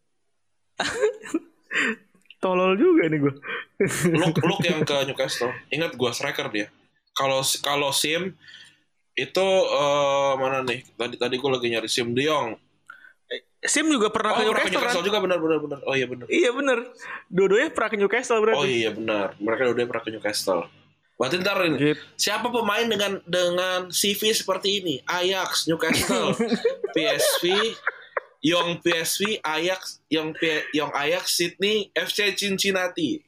tolol juga nih gue. Luke Luke yang ke Newcastle. Ingat gua striker dia. Kalau kalau Sim itu eh, mana nih? Tadi tadi gua lagi nyari Sim De Jong. Sim juga pernah Oh, ke pernah ke Newcastle, Newcastle kan? juga benar benar benar. Oh iya benar. Iya bener. Dua-duanya pernah ke Newcastle berarti. Oh iya benar. Mereka udah pernah ke Newcastle. Berarti ntar ini. Gitu. Siapa pemain dengan dengan C V seperti ini? Ajax, Newcastle, P S V, Young P S V, Ajax, Young P, Young Ajax, Sydney, F C Cincinnati.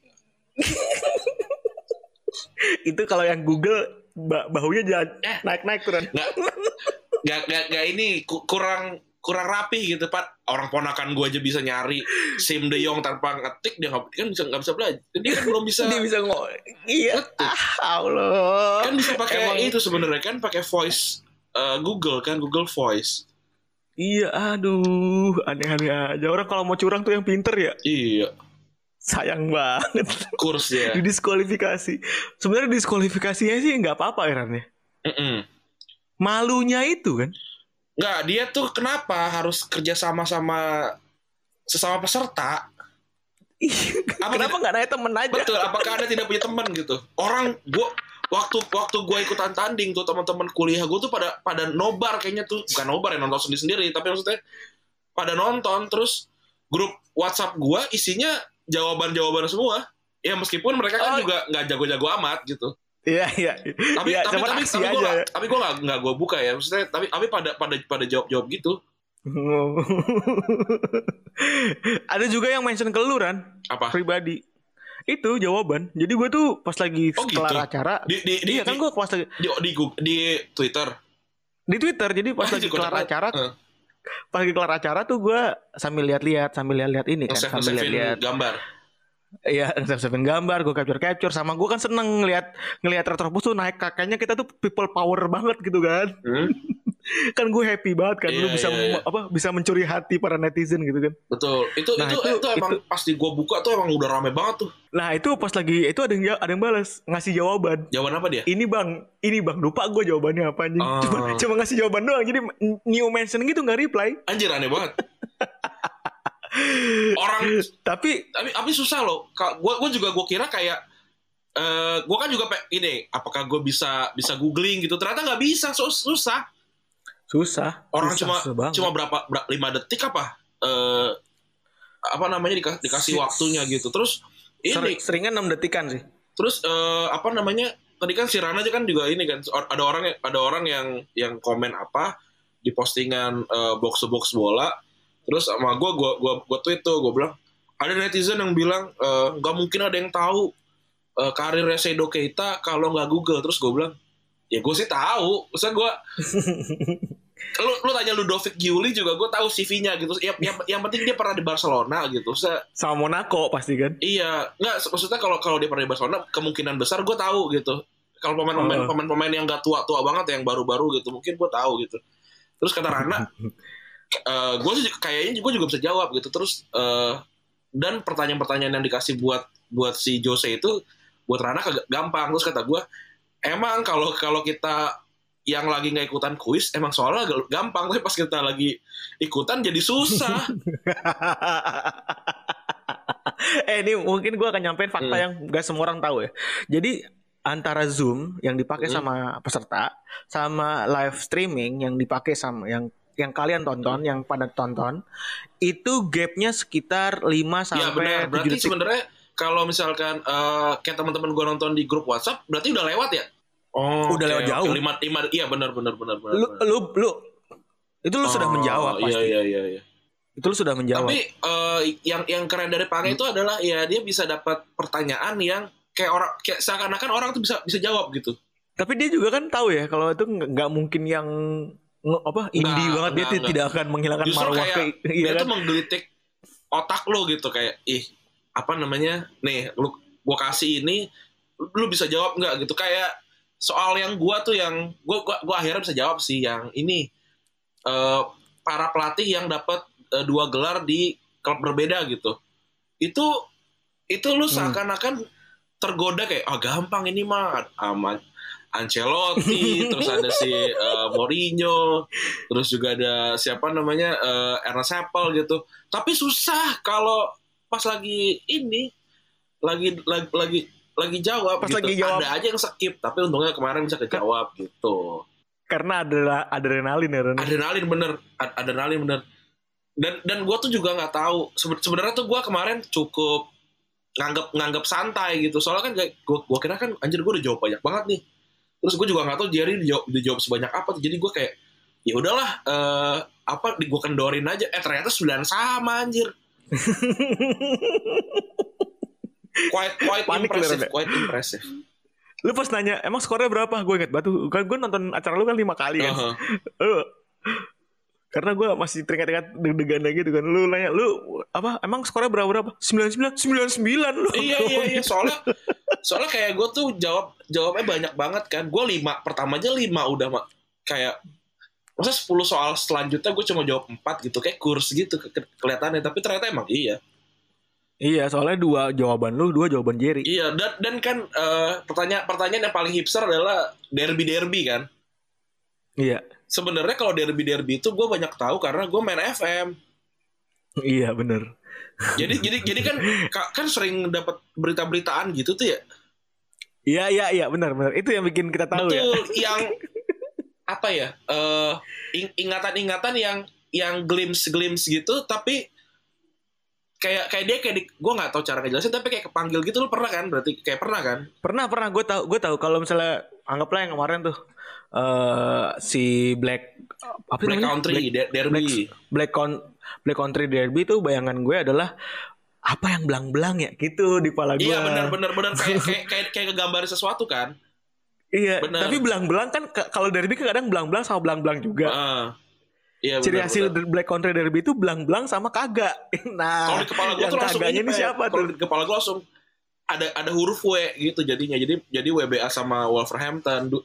Itu kalau yang Google ba- bahunya jalan Eh. naik-naik tuh kan. Nggak, nggak, nggak, nggak ini ku- kurang kurang rapi gitu Pak. Orang ponakan gue aja bisa nyari Sim De Jong tanpa ngetik, dia nggak kan bisa nggak bisa belajar. Dia kan belum bisa. Dia bisa ngomong. Iya. Ngetik. Ah, Allah. Kan bisa pakai Emang- itu sebenarnya kan pakai voice uh, Google kan Google Voice. Iya, aduh, aneh-aneh aja. Orang kalau mau curang tuh yang pinter ya. Iya, Sayang banget. kurs ya. Didiskualifikasi. Sebenarnya diskualifikasinya sih nggak apa-apa ya, Ran, ya. Mm-mm. Malunya itu kan. Nggak, dia tuh kenapa harus kerja sama sama sesama peserta? Apa Kenapa tidak- nggak nanya temen aja? Betul, apakah Anda tidak punya teman gitu? Orang gua waktu waktu gua ikutan tanding tuh teman-teman kuliah gua tuh pada pada nobar kayaknya tuh, bukan nobar ya nonton sendiri-sendiri, tapi maksudnya pada nonton terus grup WhatsApp gua isinya jawaban-jawaban semua. Ya meskipun mereka kan Oh. juga nggak jago-jago amat gitu. Iya iya. Tapi ya, tapi tapi aksi tapi gue aja. tapi gue nggak nggak gue buka ya. Maksudnya tapi tapi pada pada pada jawab jawab gitu. Ada juga yang mention ke lu Ran. Apa? Pribadi. Itu jawaban. Jadi gue tuh pas lagi Oh, kelar gitu? acara. Di di di, iya kan di- gue pas lagi di, di, Google- di Twitter. di Twitter. Jadi pas Oh, lagi di kelar Twitter. acara, Eh. pas lagi kelar acara tuh gue sambil lihat-lihat, sambil lihat-lihat ini kan, Nge-save sambil nge-savein lihat-lihat. gambar. Iya, nge-save gambar, gue capture-capture sama gue kan seneng ngelihat ngelihat Retropus tuh naik kakaknya kita tuh people power banget gitu kan. Hmm? Kan gue happy banget kan lu Iya, bisa iya, iya. apa bisa mencuri hati para netizen gitu kan. Betul. Itu Nah, itu, itu- itu emang itu- pas di gua buka tuh emang udah rame banget tuh. Nah, itu pas lagi itu ada yang ada yang balas ngasih jawaban. Jawaban apa dia? Ini bang, ini bang, lupa gue jawabannya apa anjing. Oh. Cuma cuma ngasih jawaban doang. Jadi new mention gitu nggak reply. Anjir aneh banget. Orang Tapi tapi tapi susah loh. Ka- Gua gua juga gua kira kayak eh gua kan juga pe- ini apakah gua bisa bisa googling gitu. Ternyata nggak bisa, sus- susah. susah. Orang susah, cuma susah banget. cuma berapa, berapa lima detik apa? Eh apa namanya dika- dikasih Si- waktunya gitu. Terus ini Ser- seringnya enam detikan sih. terus eh, apa namanya? Tadi kan si Rana aja kan juga ini kan or- ada orang yang ada orang yang yang komen apa di postingan eh, box to box bola. Terus sama gue gue gue gue tweet tuh gue bilang ada netizen yang bilang eh, nggak mungkin ada yang tahu eh, karirnya Sedo Keita kalau nggak Google. Terus gue bilang ya gue sih tahu. Maksudnya gue lu lu tanya Ludovic Giuli juga gue tahu C V-nya gitu. Yang, yang yang penting dia pernah di Barcelona gitu. Maksudnya, Sama Monaco pasti kan. iya, nggak maksudnya kalau kalau dia pernah di Barcelona kemungkinan besar gue tahu gitu. Kalau pemain-pemain Oh. pemain-pemain yang nggak tua-tua banget yang baru-baru gitu mungkin gue tahu gitu. Terus kata Rana, eh gue sih kayaknya gue juga bisa jawab gitu. Terus eh, dan pertanyaan-pertanyaan yang dikasih buat buat si Jose itu buat Rana kagak gampang. Terus kata gue, emang kalau kalau kita yang lagi nggak ikutan kuis emang soalnya agak gampang, tapi pas kita lagi ikutan jadi susah. eh ini mungkin gue akan nyampein fakta Hmm. yang gak semua orang tahu ya. Jadi antara Zoom yang dipakai Hmm. sama peserta sama live streaming yang dipakai sama yang yang kalian tonton, Hmm. yang pada tonton, itu gapnya sekitar lima Ya benar. sampai tujuh Berarti detik. sebenarnya kalau misalkan eh, kayak teman-teman gue nonton di grup WhatsApp, berarti udah lewat ya? Oh, Udah oke, lewat oke. jauh. Lima, lima, iya benar benar benar benar. Lu, benar. lu, lu, itu lu sudah Oh, menjawab Iya pasti. iya iya. iya. Itu lu sudah menjawab. Tapi eh, yang yang keren dari Pange itu adalah ya dia bisa dapat pertanyaan yang kayak orang kayak seakan-akan orang tuh bisa bisa jawab gitu. Tapi dia juga kan tahu ya kalau itu nggak nggak mungkin yang nge- apa indie Nggak, banget, dia nggak, tuh nggak. tidak akan menghilangkan Justru marwah kayak ke- iya dia kan? tuh menggelitik otak lo gitu kayak ih apa namanya nih lu gua kasih ini lu bisa jawab nggak gitu kayak soal yang gua tuh yang gua gua, gua akhirnya bisa jawab sih yang ini eh, para pelatih yang dapat eh, dua gelar di klub berbeda gitu itu itu lu seakan-akan tergoda kayak ah gampang ini mah aman Ancelotti, terus ada si eh, Mourinho, terus juga ada siapa namanya eh, Ernest Happel gitu. Tapi susah kalau pas lagi ini lagi lagi lagi, lagi jawab Pas gitu. lagi jawab. Ada aja yang skip, tapi untungnya kemarin bisa kejawab gitu. Karena ada adrenalin ya Ron. Adrenalin bener, Ad- adrenalin bener. Dan dan gue tuh juga nggak tahu. Seben- Sebenarnya tuh gue kemarin cukup nganggap nganggap santai gitu. Soalnya kan gue gue kira kan anjir gue udah jawab banyak banget nih. Terus gue juga nggak tahu Jerry dijawab, dijawab sebanyak apa tuh. Jadi gue kayak ya udahlah eh, apa gue kendorin aja. Eh ternyata sembilan sama anjir. Quite quite Panik lu, impressive, Ren. quite impressive. Lu pas nanya emang skornya berapa? Gue inget batu. Kan gue nonton acara lu kan lima kali kan. Uh-huh. Lu- karena gue masih teringat-ingat deg-degan gitu kan. Lu nanya lu apa? Emang skornya berapa berapa? Sembilan sembilan sembilan sembilan. Iya iya iya soalnya soalnya kayak gue tuh jawab jawabnya banyak banget kan. Gue lima pertama aja lima udah mak kayak masa sepuluh soal selanjutnya gue cuma jawab empat gitu kayak kurs gitu ke- ke- kelihatannya tapi ternyata emang iya. Iya, soalnya dua jawaban lu, dua jawaban Jerry. Iya dan dan kan eh, pertanyaan pertanyaan yang paling hipster adalah derby derby kan. Iya. Sebenarnya kalau derby derby itu gue banyak tahu karena gue main F M. Iya, bener. Jadi jadi jadi kan ka- kan sering dapat berita-beritaan gitu tuh ya. Iya, iya, iya, benar, benar. Itu yang bikin kita tahu ya. Betul, yang apa ya? eh, ing- ingatan-ingatan yang yang glimpse-glimpse gitu, tapi kayak kayak dia kayak gue nggak tahu cara ngejelasin tapi kayak kepanggil gitu. Lu pernah kan? Berarti kayak pernah kan? Pernah pernah gue tahu gue tahu kalau misalnya anggaplah yang kemarin tuh uh, si Black apa Black namanya? Country Black, Derby. Black, Black, Con- Black Country Derby tuh bayangan gue adalah apa yang belang-belang ya gitu di kepala gue. Iya benar benar benar kayak kayak kayak kayak kegambarin sesuatu kan. Iya, bener. tapi belang-belang kan k- kalau derby kan kadang belang-belang sama belang-belang juga. Uh, iya, Ciri bener, hasil bener. Black Country Derby itu belang-belang sama kagak. Nah, Kalau di kepala gue tuh langsung kagaknya ini ini siapa kalau tuh? di kepala gue langsung ada ada huruf W gitu jadinya. Jadi jadi W B A sama Wolverhampton. Du-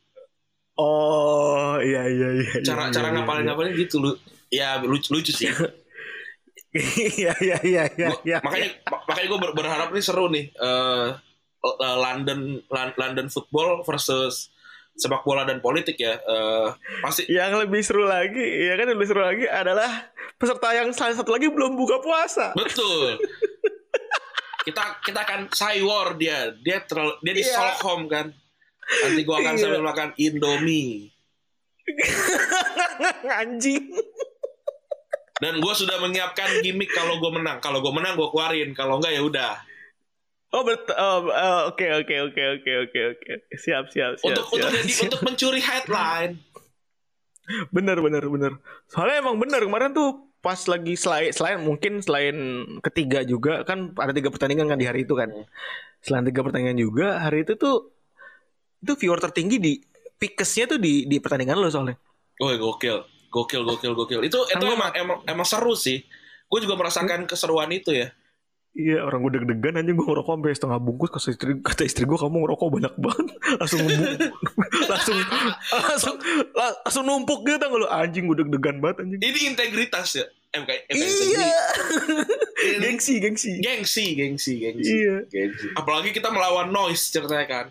Oh, iya iya iya. cara iya, cara iya, ngapalin iya. ngapalin gitu lu. Ya lucu lucu sih. Iya iya iya iya. Gua- iya. makanya makanya gue ber- berharap nih seru nih uh, uh, London Lan- London football versus sepak bola dan politik ya. Uh, pasti Yang lebih seru lagi, ya kan yang lebih seru lagi adalah peserta yang salah satu lagi belum buka puasa. betul. kita kita akan saywar dia. Dia terlalu dia di Iya. Stockholm kan. Nanti gue akan Iya. sambil makan Indomie. Anjing. Dan gue sudah menyiapkan gimmick kalau gue menang. Kalau gue menang gue keluarin. Kalau enggak ya udah. Oh betul. Oh, oh, oke oke oke oke oke oke. Siap siap siap. Untuk siap, untuk jadi siap. untuk mencuri headline. Bener bener bener. Soalnya emang bener kemarin tuh pas lagi selain selain mungkin selain ketiga juga kan ada tiga pertandingan kan di hari itu kan. Selain tiga pertandingan juga hari itu tuh itu viewer tertinggi di Pikesnya tuh di di pertandingan lo soalnya. Woi gokil, gokil, gokil, gokil. Itu itu Kan emang emang emang seru sih. Gue juga merasakan keseruan itu ya. Iya orang gue deg-degan aja gue ngerokok sampai setengah bungkus kata istri kata istri gue kamu ngerokok banyak banget langsung ngebuk langsung langsung la- langsung numpuk gitu tau lu anjing gue deg-degan banget anjing. Ini integritas ya. M K, M K Iya. Ini- gengsi gengsi. Gengsi, gengsi, gengsi. Iya. Gengsi. Apalagi kita melawan noise ceritanya kan.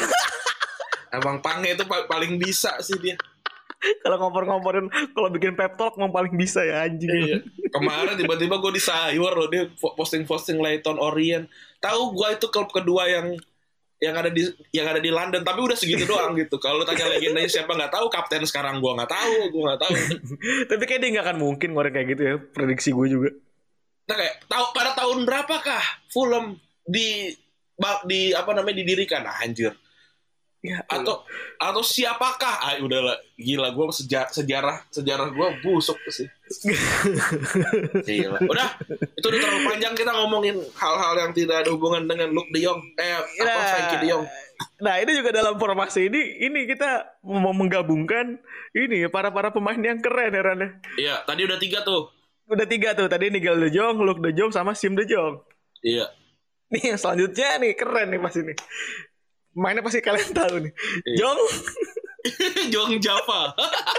Emang Pange itu pa- paling bisa sih dia. Kalau ngompor-ngomporin kalau bikin pep talk emang paling bisa ya anjing. Iya. Kemarin tiba-tiba gue di sayur loh dia posting-posting Leyton Orient. Tahu gue itu klub kedua yang yang ada di yang ada di London tapi udah segitu doang gitu. Kalau lu tanya legendanya siapa nggak tahu, kapten sekarang gue nggak tahu, gue nggak tahu. Tapi kayak dia nggak akan mungkin ngorek kayak gitu ya prediksi gue juga. Nah kayak tahu pada tahun berapakah Fulham di ba- di apa namanya didirikan? Nah, anjir. Ya, Atau atau siapakah? Ah udahlah gila gue sejarah sejarah sejarah gue busuk sih. Gila. Udah itu udah terlalu panjang kita ngomongin hal-hal yang tidak ada hubungan dengan Luke De Jong. Eh apa Nah, Frankie De Jong. Nah ini juga dalam formasi ini ini kita mau menggabungkan ini para para pemain yang keren ya Ran. Iya tadi udah tiga tuh. Udah tiga tuh tadi Nigel De Jong, Luke De Jong sama Sim De Jong. Iya. Nih yang selanjutnya nih keren nih pasti nih. Mainnya pasti kalian tahu nih. Iya. Jong Jong Java.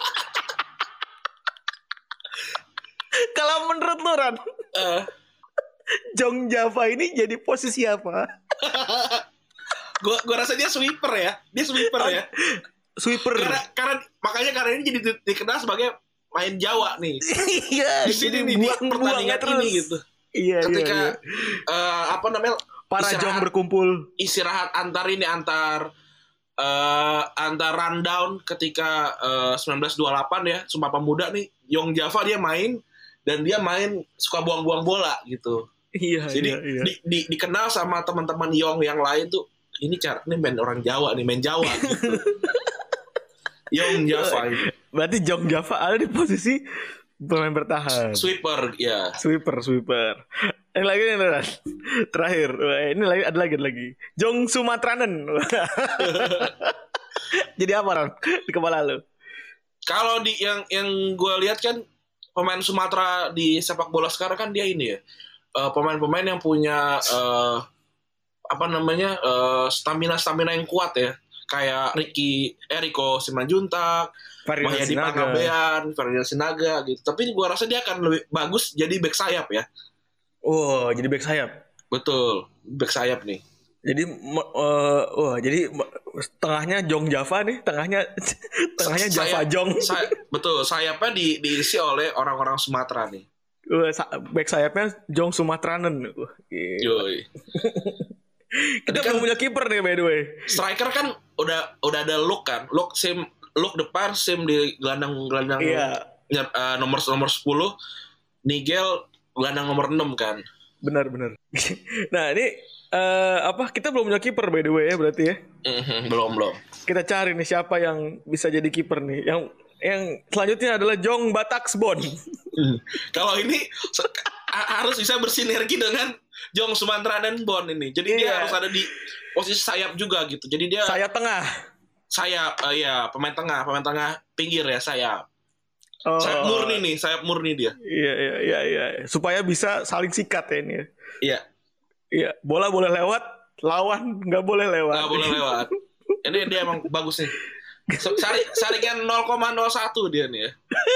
kalau menurut lu Ran, Eh, Jong Java ini jadi posisi apa? gua gua rasa dia sweeper ya. Dia sweeper ya. Sweeper. Karena karena makanya karena ini jadi di- dikenal sebagai main Jawa nih. Iya, Di sini jadi nih di buang-buangnya pertandingan terus. ini gitu. Iya, Ketika iya, iya. eh, apa namanya Para istirahat- Jong berkumpul. istirahat antar ini antar eh antar rundown ketika eh, sembilan belas dua puluh delapan ya Sumpah Pemuda nih Jong Java dia main dan dia main suka buang-buang bola gitu. Iya, Jadi iya, iya. Di, di- dikenal sama teman-teman Yong yang lain tuh ini cara ini main orang Jawa nih main Jawa gitu. Yong Java ini. Berarti Jong Java ada di posisi pemain bertahan. Sweeper ya. Sweeper, sweeper. Ini lagi nih, Ran. Terakhir. Wah, ini lagi ada lagi ada lagi. Jong Sumatranen. Jadi apa Ran? Di kepala lu? Kalau di yang yang gue lihat kan pemain Sumatera di sepak bola sekarang kan dia ini ya eh, pemain-pemain yang punya eh, apa namanya eh, stamina-stamina yang kuat ya kayak Ricky Eriko Simanjuntak, Ferdinand Mahyadi Sinaga. Panggabean, Ferdinand Sinaga gitu. Tapi gue rasa dia akan lebih bagus jadi back sayap ya. Oh, jadi back sayap. Betul, back sayap nih. Jadi me- eh, wah, jadi me- tengahnya Jong Java nih, tengahnya tengahnya Java Sayap- Jong. say- betul, sayapnya di, diisi oleh orang-orang Sumatera nih. Wah, sa- back sayapnya Jong Sumatranen. Wah, gila. Yoi. Kita kan- belum punya kiper nih by the way. Striker kan udah udah ada look kan, look sim look depan sim di gelandang gelandang Iya. nomor nomor sepuluh. Nigel gelandang nomor enam kan. Benar benar. Nah ini uh, apa kita belum punya kiper by the way ya berarti ya? Mm-hmm, belum belum. Kita cari nih siapa yang bisa jadi kiper nih. Yang yang selanjutnya adalah Jong Bataksbon. Kalau ini harus bisa bersinergi dengan Jong Sumantera dan Bon ini. Jadi iya. Dia harus ada di posisi sayap juga gitu. Jadi dia sayap tengah. Sayap, uh, ya pemain tengah, pemain tengah pinggir ya sayap. Oh. Sayap murni nih, sayap murni dia. Iya iya iya iya. Supaya bisa saling sikat ya ini. Iya. Iya, bola boleh lewat, lawan nggak boleh lewat. Nggak boleh lewat. Ini dia emang bagus nih. Sari, saringan nol koma nol satu dia nih ya.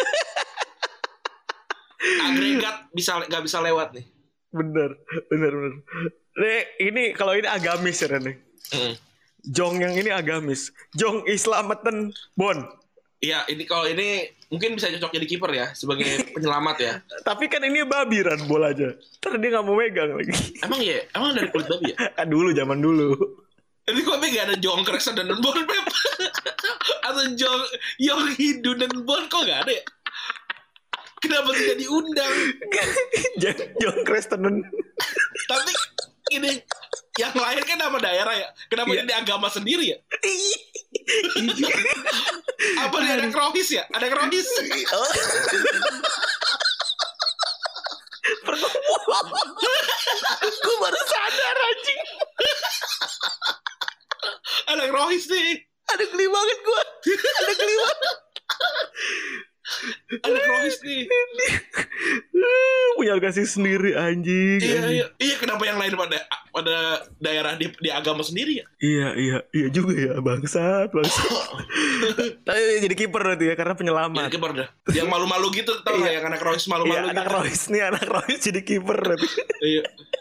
Agregat bisa nggak bisa lewat nih. Bener, bener, bener. Nih, ini kalau ini agamis ya nih. Mm. Jong yang ini agamis. Jong Islameten Bon. Iya, ini kalau ini mungkin bisa cocok jadi kiper ya sebagai penyelamat ya. Tapi kan ini babi Ran bolanya. Ntar dia nggak mau megang lagi. Emang ya? Emang dari kulit babi ya? Kan dulu zaman dulu. Ini kok gak ada Jong Kresa dan Bon Pep? Atau Jong Yong Hidu dan Bon kok gak ada ya? Kenapa tidak diundang? Jong Kresa dan tapi ini yang lain kan nama daerah ya. Kenapa yeah. Ini agama sendiri ya? Apa dia ada Krohis ya? Ada Krohis. Gue baru sadar anjing. Ada Krohis nih. Ada geli banget gue. Ada geli banget. Ada Krohis nih. Punya organisasi sendiri anjing. Iya, anjing. iya. Iya kenapa yang lain pada pada daerah di, di agama sendiri ya? Iya, iya, iya juga ya bangsat, bangsat. Tapi jadi kiper berarti ya karena penyelamat. Jadi kiper dah. Yang malu-malu gitu tau iya. Yang anak Krohis malu-malu. Iya, gitu. anak Krohis nih, anak Krohis jadi kiper berarti. Iya.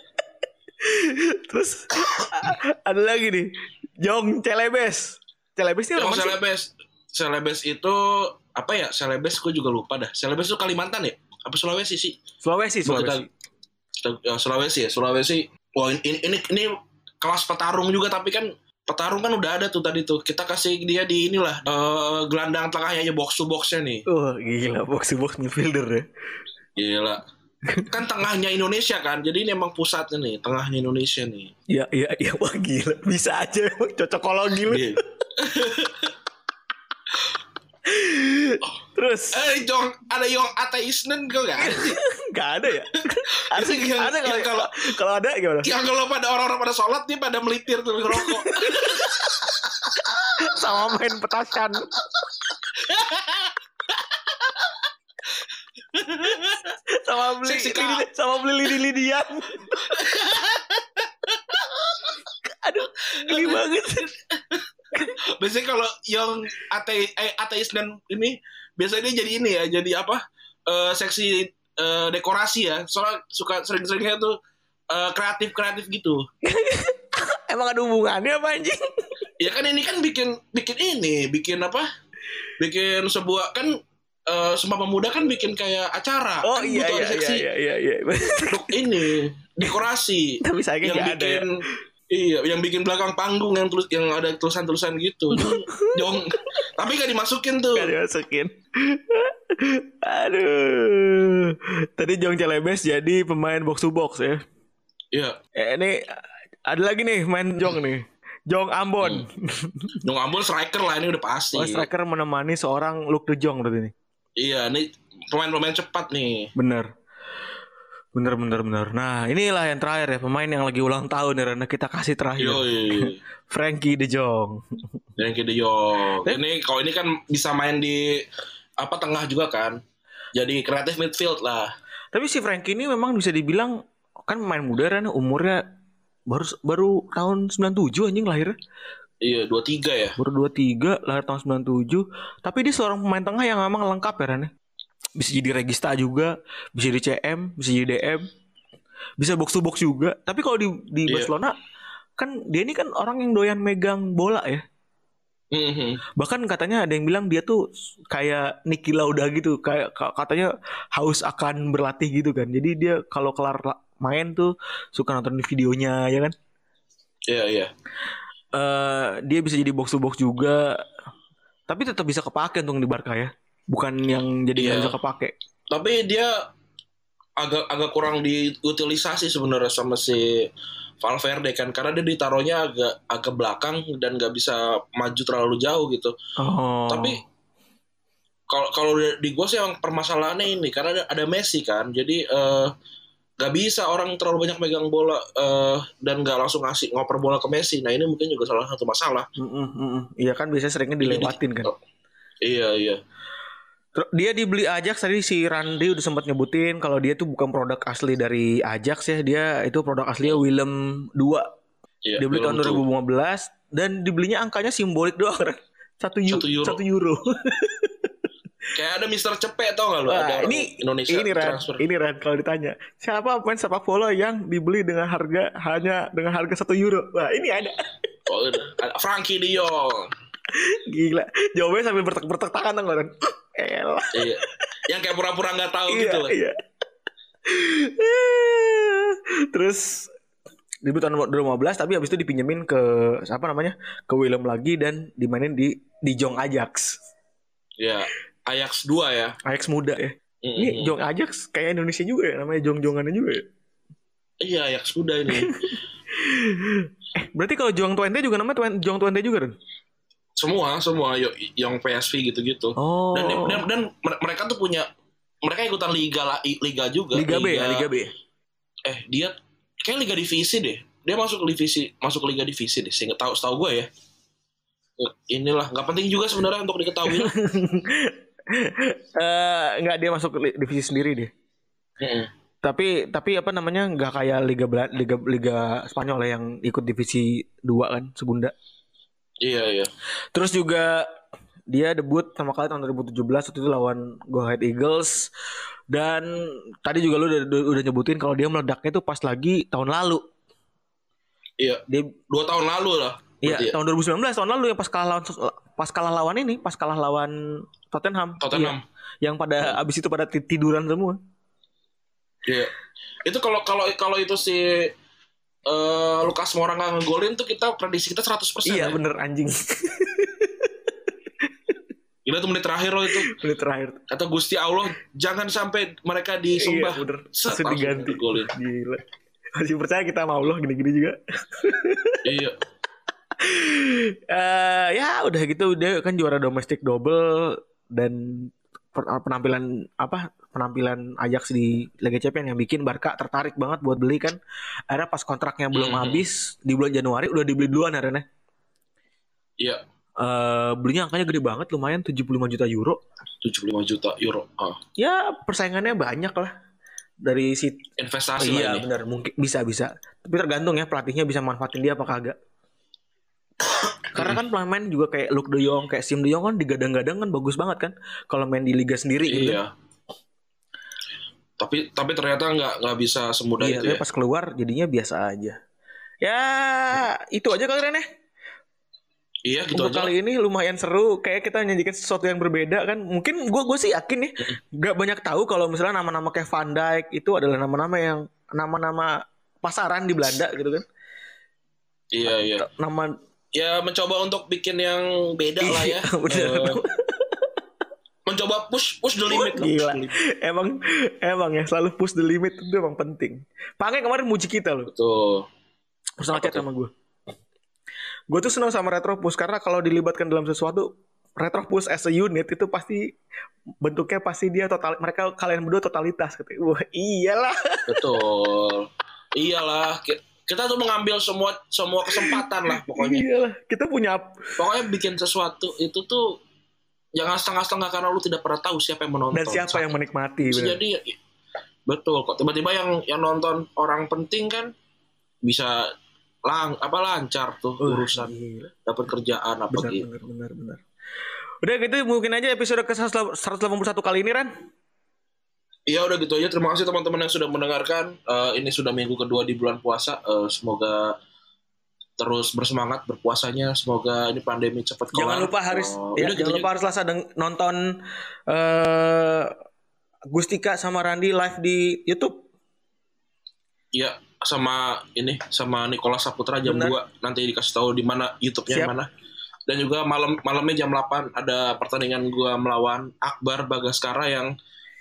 Terus ada lagi nih, Jong Celebes. Celebes ini Jong apa sih? Celebes. Celebes itu apa ya? Celebes gue juga lupa dah. Celebes itu Kalimantan ya? Apa Sulawesi sih? Sulawesi, Sulawesi. Kita, kita, Sulawesi ya, Sulawesi. Wah ini, ini ini kelas petarung juga tapi kan petarung kan udah ada tuh tadi tuh. Kita kasih dia di inilah uh, gelandang tengahnya aja box to boxnya nih. Oh gila box to box midfielder ya. Gila. Kan tengahnya Indonesia kan. Jadi ini emang pusatnya nih, tengahnya Indonesia nih. Iya iya iya wah gila. Bisa aja cocokologi lu. Terus eh Jong ada Yong Ateisnen kok gak ada? Gak ada ya? Ada yang, ada kalau kalau kalau ada gimana? Yang kalau pada orang-orang pada sholat nih pada melipir tuh ngerokok. Sama main petasan. Sama beli lidi, sama beli lidi-lidian. Aduh, gini banget. Biasanya kalau yang ate eh, ateis dan ini biasanya dia jadi ini ya, jadi apa? Uh, seksi uh, dekorasi ya. Soalnya suka sering-seringnya tuh uh, kreatif-kreatif gitu. Emang ada hubungannya apa anjing? Ya kan ini kan bikin bikin ini, bikin apa? Bikin sebuah kan uh, Sumpah Pemuda kan bikin kayak acara. Oh kan iya iya, seksi iya iya iya iya. Untuk ini dekorasi. Tapi saya yang nggak ada ya. Iya, yang bikin belakang panggung yang tulis yang ada tulisan-tulisan gitu. Jong. Tapi gak dimasukin tuh. Gak dimasukin. Aduh. Tadi Jong Celebes jadi pemain box to box ya. Iya. Eh, ini ada lagi nih main Jong nih. Jong Ambon. Hmm. Jong Ambon striker lah ini udah pasti. Oh, striker menemani seorang Luke De Jong berarti ini. Iya, ini pemain-pemain cepat nih. Bener. Bener bener bener. Nah inilah yang terakhir ya, pemain yang lagi ulang tahun ya, karena kita kasih terakhir. Yoi. Frankie De Jong. Frankie De Jong. Ini kalau ini kan bisa main di apa tengah juga kan. Jadi kreatif midfield lah. Tapi si Frankie ini memang bisa dibilang kan pemain muda kan, umurnya baru baru tahun sembilan tujuh anjing lahirnya. Iya, dua puluh tiga ya. Baru dua puluh tiga, lahir tahun sembilan tujuh. Tapi dia seorang pemain tengah yang memang lengkap ya Ran. Bisa jadi regista juga, bisa jadi C M, bisa jadi D M, bisa box to box juga. Tapi kalau di di yeah. Barcelona kan dia ini kan orang yang doyan megang bola ya. Mm-hmm. Bahkan katanya ada yang bilang dia tuh kayak Niki Lauda gitu, kayak katanya haus akan berlatih gitu kan. Jadi dia kalau kelar main tuh suka nonton videonya ya kan. Iya yeah, iya. Yeah. Uh, dia bisa jadi box to box juga, tapi tetap bisa kepake untuk di Barca ya. Bukan yang jadi nggak yeah. bisa kepake. Tapi dia agak agak kurang diutilisasi sebenarnya sama si Valverde kan, karena dia ditaruhnya agak agak belakang dan nggak bisa maju terlalu jauh gitu. Oh. Tapi kalau kalau di gue sih yang permasalahannya ini karena ada, ada Messi kan, jadi uh, gak bisa orang terlalu banyak megang bola uh, dan gak langsung ngasih ngoper bola ke Messi. Nah ini mungkin juga salah satu masalah. Mm-mm. Iya kan biasanya seringnya dilewatin kan. Oh, iya iya. Dia dibeli Ajax, tadi si Randy udah sempat nyebutin kalau dia tuh bukan produk asli dari Ajax ya, dia itu produk aslinya Willem dua. Iya, dia beli tahun dua ribu lima belas dan dibelinya angkanya simbolik doang kan. Satu, yu- satu euro. Satu euro. Kayak ada mister Cepet tau gak lu? Wah, ada ini Indonesia ini Ran, transfer. ini Ran kalau ditanya siapa pemain sepak bola yang dibeli dengan harga hanya dengan harga satu euro? Wah ini ada. Oh, ada Frankie De Jong. Gila, jawabnya sambil bertek-bertek tangan dong Ran. Elah. Iya. Yang kayak pura-pura nggak tahu iya, gitu lah. Iya. Terus debut tahun dua ribu lima belas tapi habis itu dipinjemin ke siapa namanya? Ke Willem lagi dan dimainin di di Jong Ajax. Iya. Ajax dua ya. Ajax muda ya. Mm-hmm. Ini Jong Ajax kayak Indonesia juga ya, namanya Jong-Jongannya juga ya. Iya, Ajax muda ini. eh, berarti kalau Jong Twente juga namanya Twen- Jong Twente juga kan? Semua, semua yang P S V gitu-gitu. Oh. Dan, dan dan mereka tuh punya mereka ikutan liga liga juga. Liga B ya, Liga B. Eh, dia kayak liga divisi deh. Dia masuk ke divisi, masuk ke liga divisi deh. Seingat tahu, setahu gue ya. Inilah nggak penting juga sebenarnya untuk diketahui. uh, nggak dia masuk ke divisi sendiri deh. Mm-hmm. Tapi tapi apa namanya nggak kayak liga liga liga Spanyol ya yang ikut divisi dua kan segunda. Iya iya. Terus juga dia debut sama kali tahun dua ribu tujuh belas waktu itu lawan Go Ahead Eagles dan tadi juga lu udah, udah nyebutin kalau dia meledaknya tuh pas lagi tahun lalu. Iya. Dia dua tahun lalu lah. Iya ya? Tahun dua ribu sembilan belas tahun lalu ya pas kalah lawan pas kalah lawan ini pas kalah lawan Tottenham. Tottenham. Iya. Yang pada hmm. abis itu pada tiduran semua. Iya. Itu kalau kalau kalau itu si uh, Lucas Moura nggak ngegolin tuh kita prediksi kita seratus persen. Iya ya? bener anjing. Gila tuh menit terakhir loh itu. Menit terakhir. Kata Gusti Allah jangan sampai mereka disembah. Iya bener. Set, langsung diganti. Golin. Gila. Masih percaya kita sama Allah gini-gini juga. Iya. uh, ya udah gitu dia kan juara domestik double dan penampilan apa penampilan Ajax di Liga Champions yang bikin Barca tertarik banget buat beli kan. Akhirnya pas kontraknya belum mm-hmm. habis di bulan Januari udah dibeli duluan akhirnya. Iya. Uh, belinya angkanya gede banget lumayan tujuh puluh lima juta euro. tujuh puluh lima juta euro. Oh. Ya persaingannya banyak lah dari si investasi oh, iya, lah ini. Benar mungkin bisa bisa. Tapi tergantung ya pelatihnya bisa manfaatin dia apa kagak. Karena kan pemain juga kayak Luke De Jong, kayak Sim De Jong kan digadang-gadang kan bagus banget kan kalau main di liga sendiri gitu. Iya. Tapi tapi ternyata nggak nggak bisa semudah iya, itu ya. Pas keluar jadinya biasa aja. Ya itu aja kali Ren ya. Iya gitu untuk aja. Kali ini lumayan seru. Kayak kita nyajikan sesuatu yang berbeda kan. Mungkin gue gue sih yakin ya. Gak banyak tahu kalau misalnya nama-nama kayak Van Dijk itu adalah nama-nama yang nama-nama pasaran di Belanda gitu kan. Iya iya. Nama ya mencoba untuk bikin yang beda lah ya. Bener. Uh, mencoba push push the limit. Gila. Emang emang ya selalu push the limit itu emang penting. Pange kemarin muji kita loh. Betul. Personal chat sama gue. Gue tuh senang sama Retropus karena kalau dilibatkan dalam sesuatu Retropus as a unit itu pasti bentuknya pasti dia total mereka kalian berdua totalitas gitu. Wah, iyalah. Betul. Iyalah. Kita tuh mengambil semua semua kesempatan lah pokoknya. Iyalah, kita punya pokoknya bikin sesuatu itu tuh jangan setengah-setengah karena lu tidak pernah tahu siapa yang menonton dan siapa satu. Yang menikmati. Jadi betul kok tiba-tiba yang yang nonton orang penting kan bisa lang apa lancar tuh uh, urusan dapat kerjaan apa benar, gitu. Benar benar benar. Udah gitu mungkin aja episode ke seratus delapan puluh satu kali ini Ran. Iya udah gitu aja. Terima kasih teman-teman yang sudah mendengarkan. Uh, ini sudah minggu kedua di bulan puasa. Uh, semoga terus bersemangat berpuasanya. Semoga ini pandemi cepat kelar. Jangan lupa harus uh, ya, jangan gitu lupa harus Selasa nonton uh, Gustika sama Randy live di YouTube. Iya, sama ini sama Nicholas Saputra jam Benar. dua. Nanti dikasih tahu di mana YouTube-nya Siap. mana. Dan juga malam malamnya jam delapan ada pertandingan gua melawan Akbar Bagaskara yang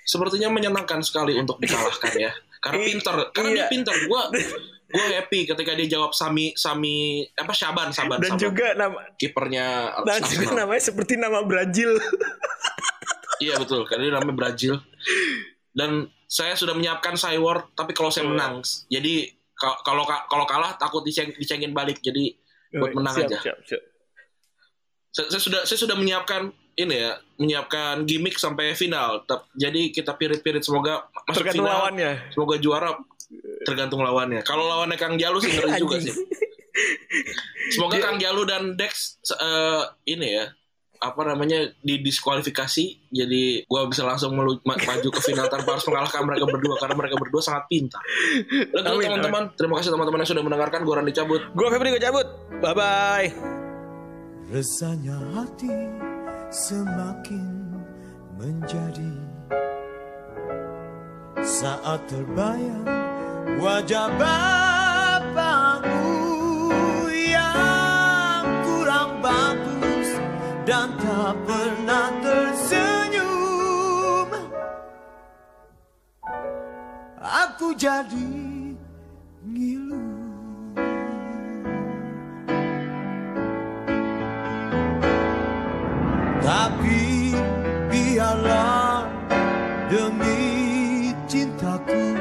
sepertinya menyenangkan sekali untuk dikalahkan ya. Karena pinter, karena iya. dia pinter. Gue gue happy ketika dia jawab Sami Sami apa Syaban Saban Dan Saban. juga nama kipernya dan juga Arsenal. namanya seperti nama Brazil. Iya betul, karena dia namanya Brazil. Dan saya sudah menyiapkan Cywar, tapi kalau saya menang, jadi ka- kalau ka- kalau kalah takut diceng- dicengin balik, jadi buat menang siap, aja. Siap, siap. Saya, saya sudah saya sudah menyiapkan ini ya, menyiapkan gimmick sampai final. Tep- Jadi kita pirit-pirit semoga masuk Tergantung final. lawannya. Semoga juara tergantung lawannya. Kalau lawannya Kang Jalu sih ngeri juga Anjing. sih. Semoga Kang Jalu dan Dex uh, ini ya apa namanya didiskualifikasi, jadi gua bisa langsung melu- ma- maju ke final tanpa harus mengalahkan mereka berdua karena mereka berdua sangat pintar. Lalu Amin, teman-teman, terima kasih teman-teman yang sudah mendengarkan. Gua Randy cabut. Gue Febri gue cabut. Bye bye. Resahnya hati semakin menjadi saat terbayang wajah bapakmu yang kurang bagus dan tak pernah tersenyum. Aku jadi ngilu. Tapi biarlah demi cintaku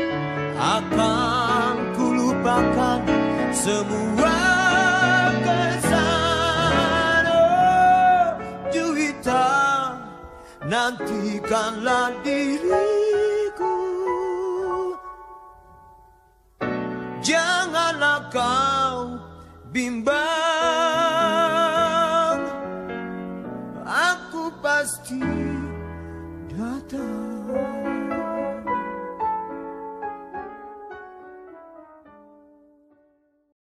akan kulupakan semua kesan. Oh Juwita, nantikanlah diriku. Janganlah kau bimbang, aku pasti datang.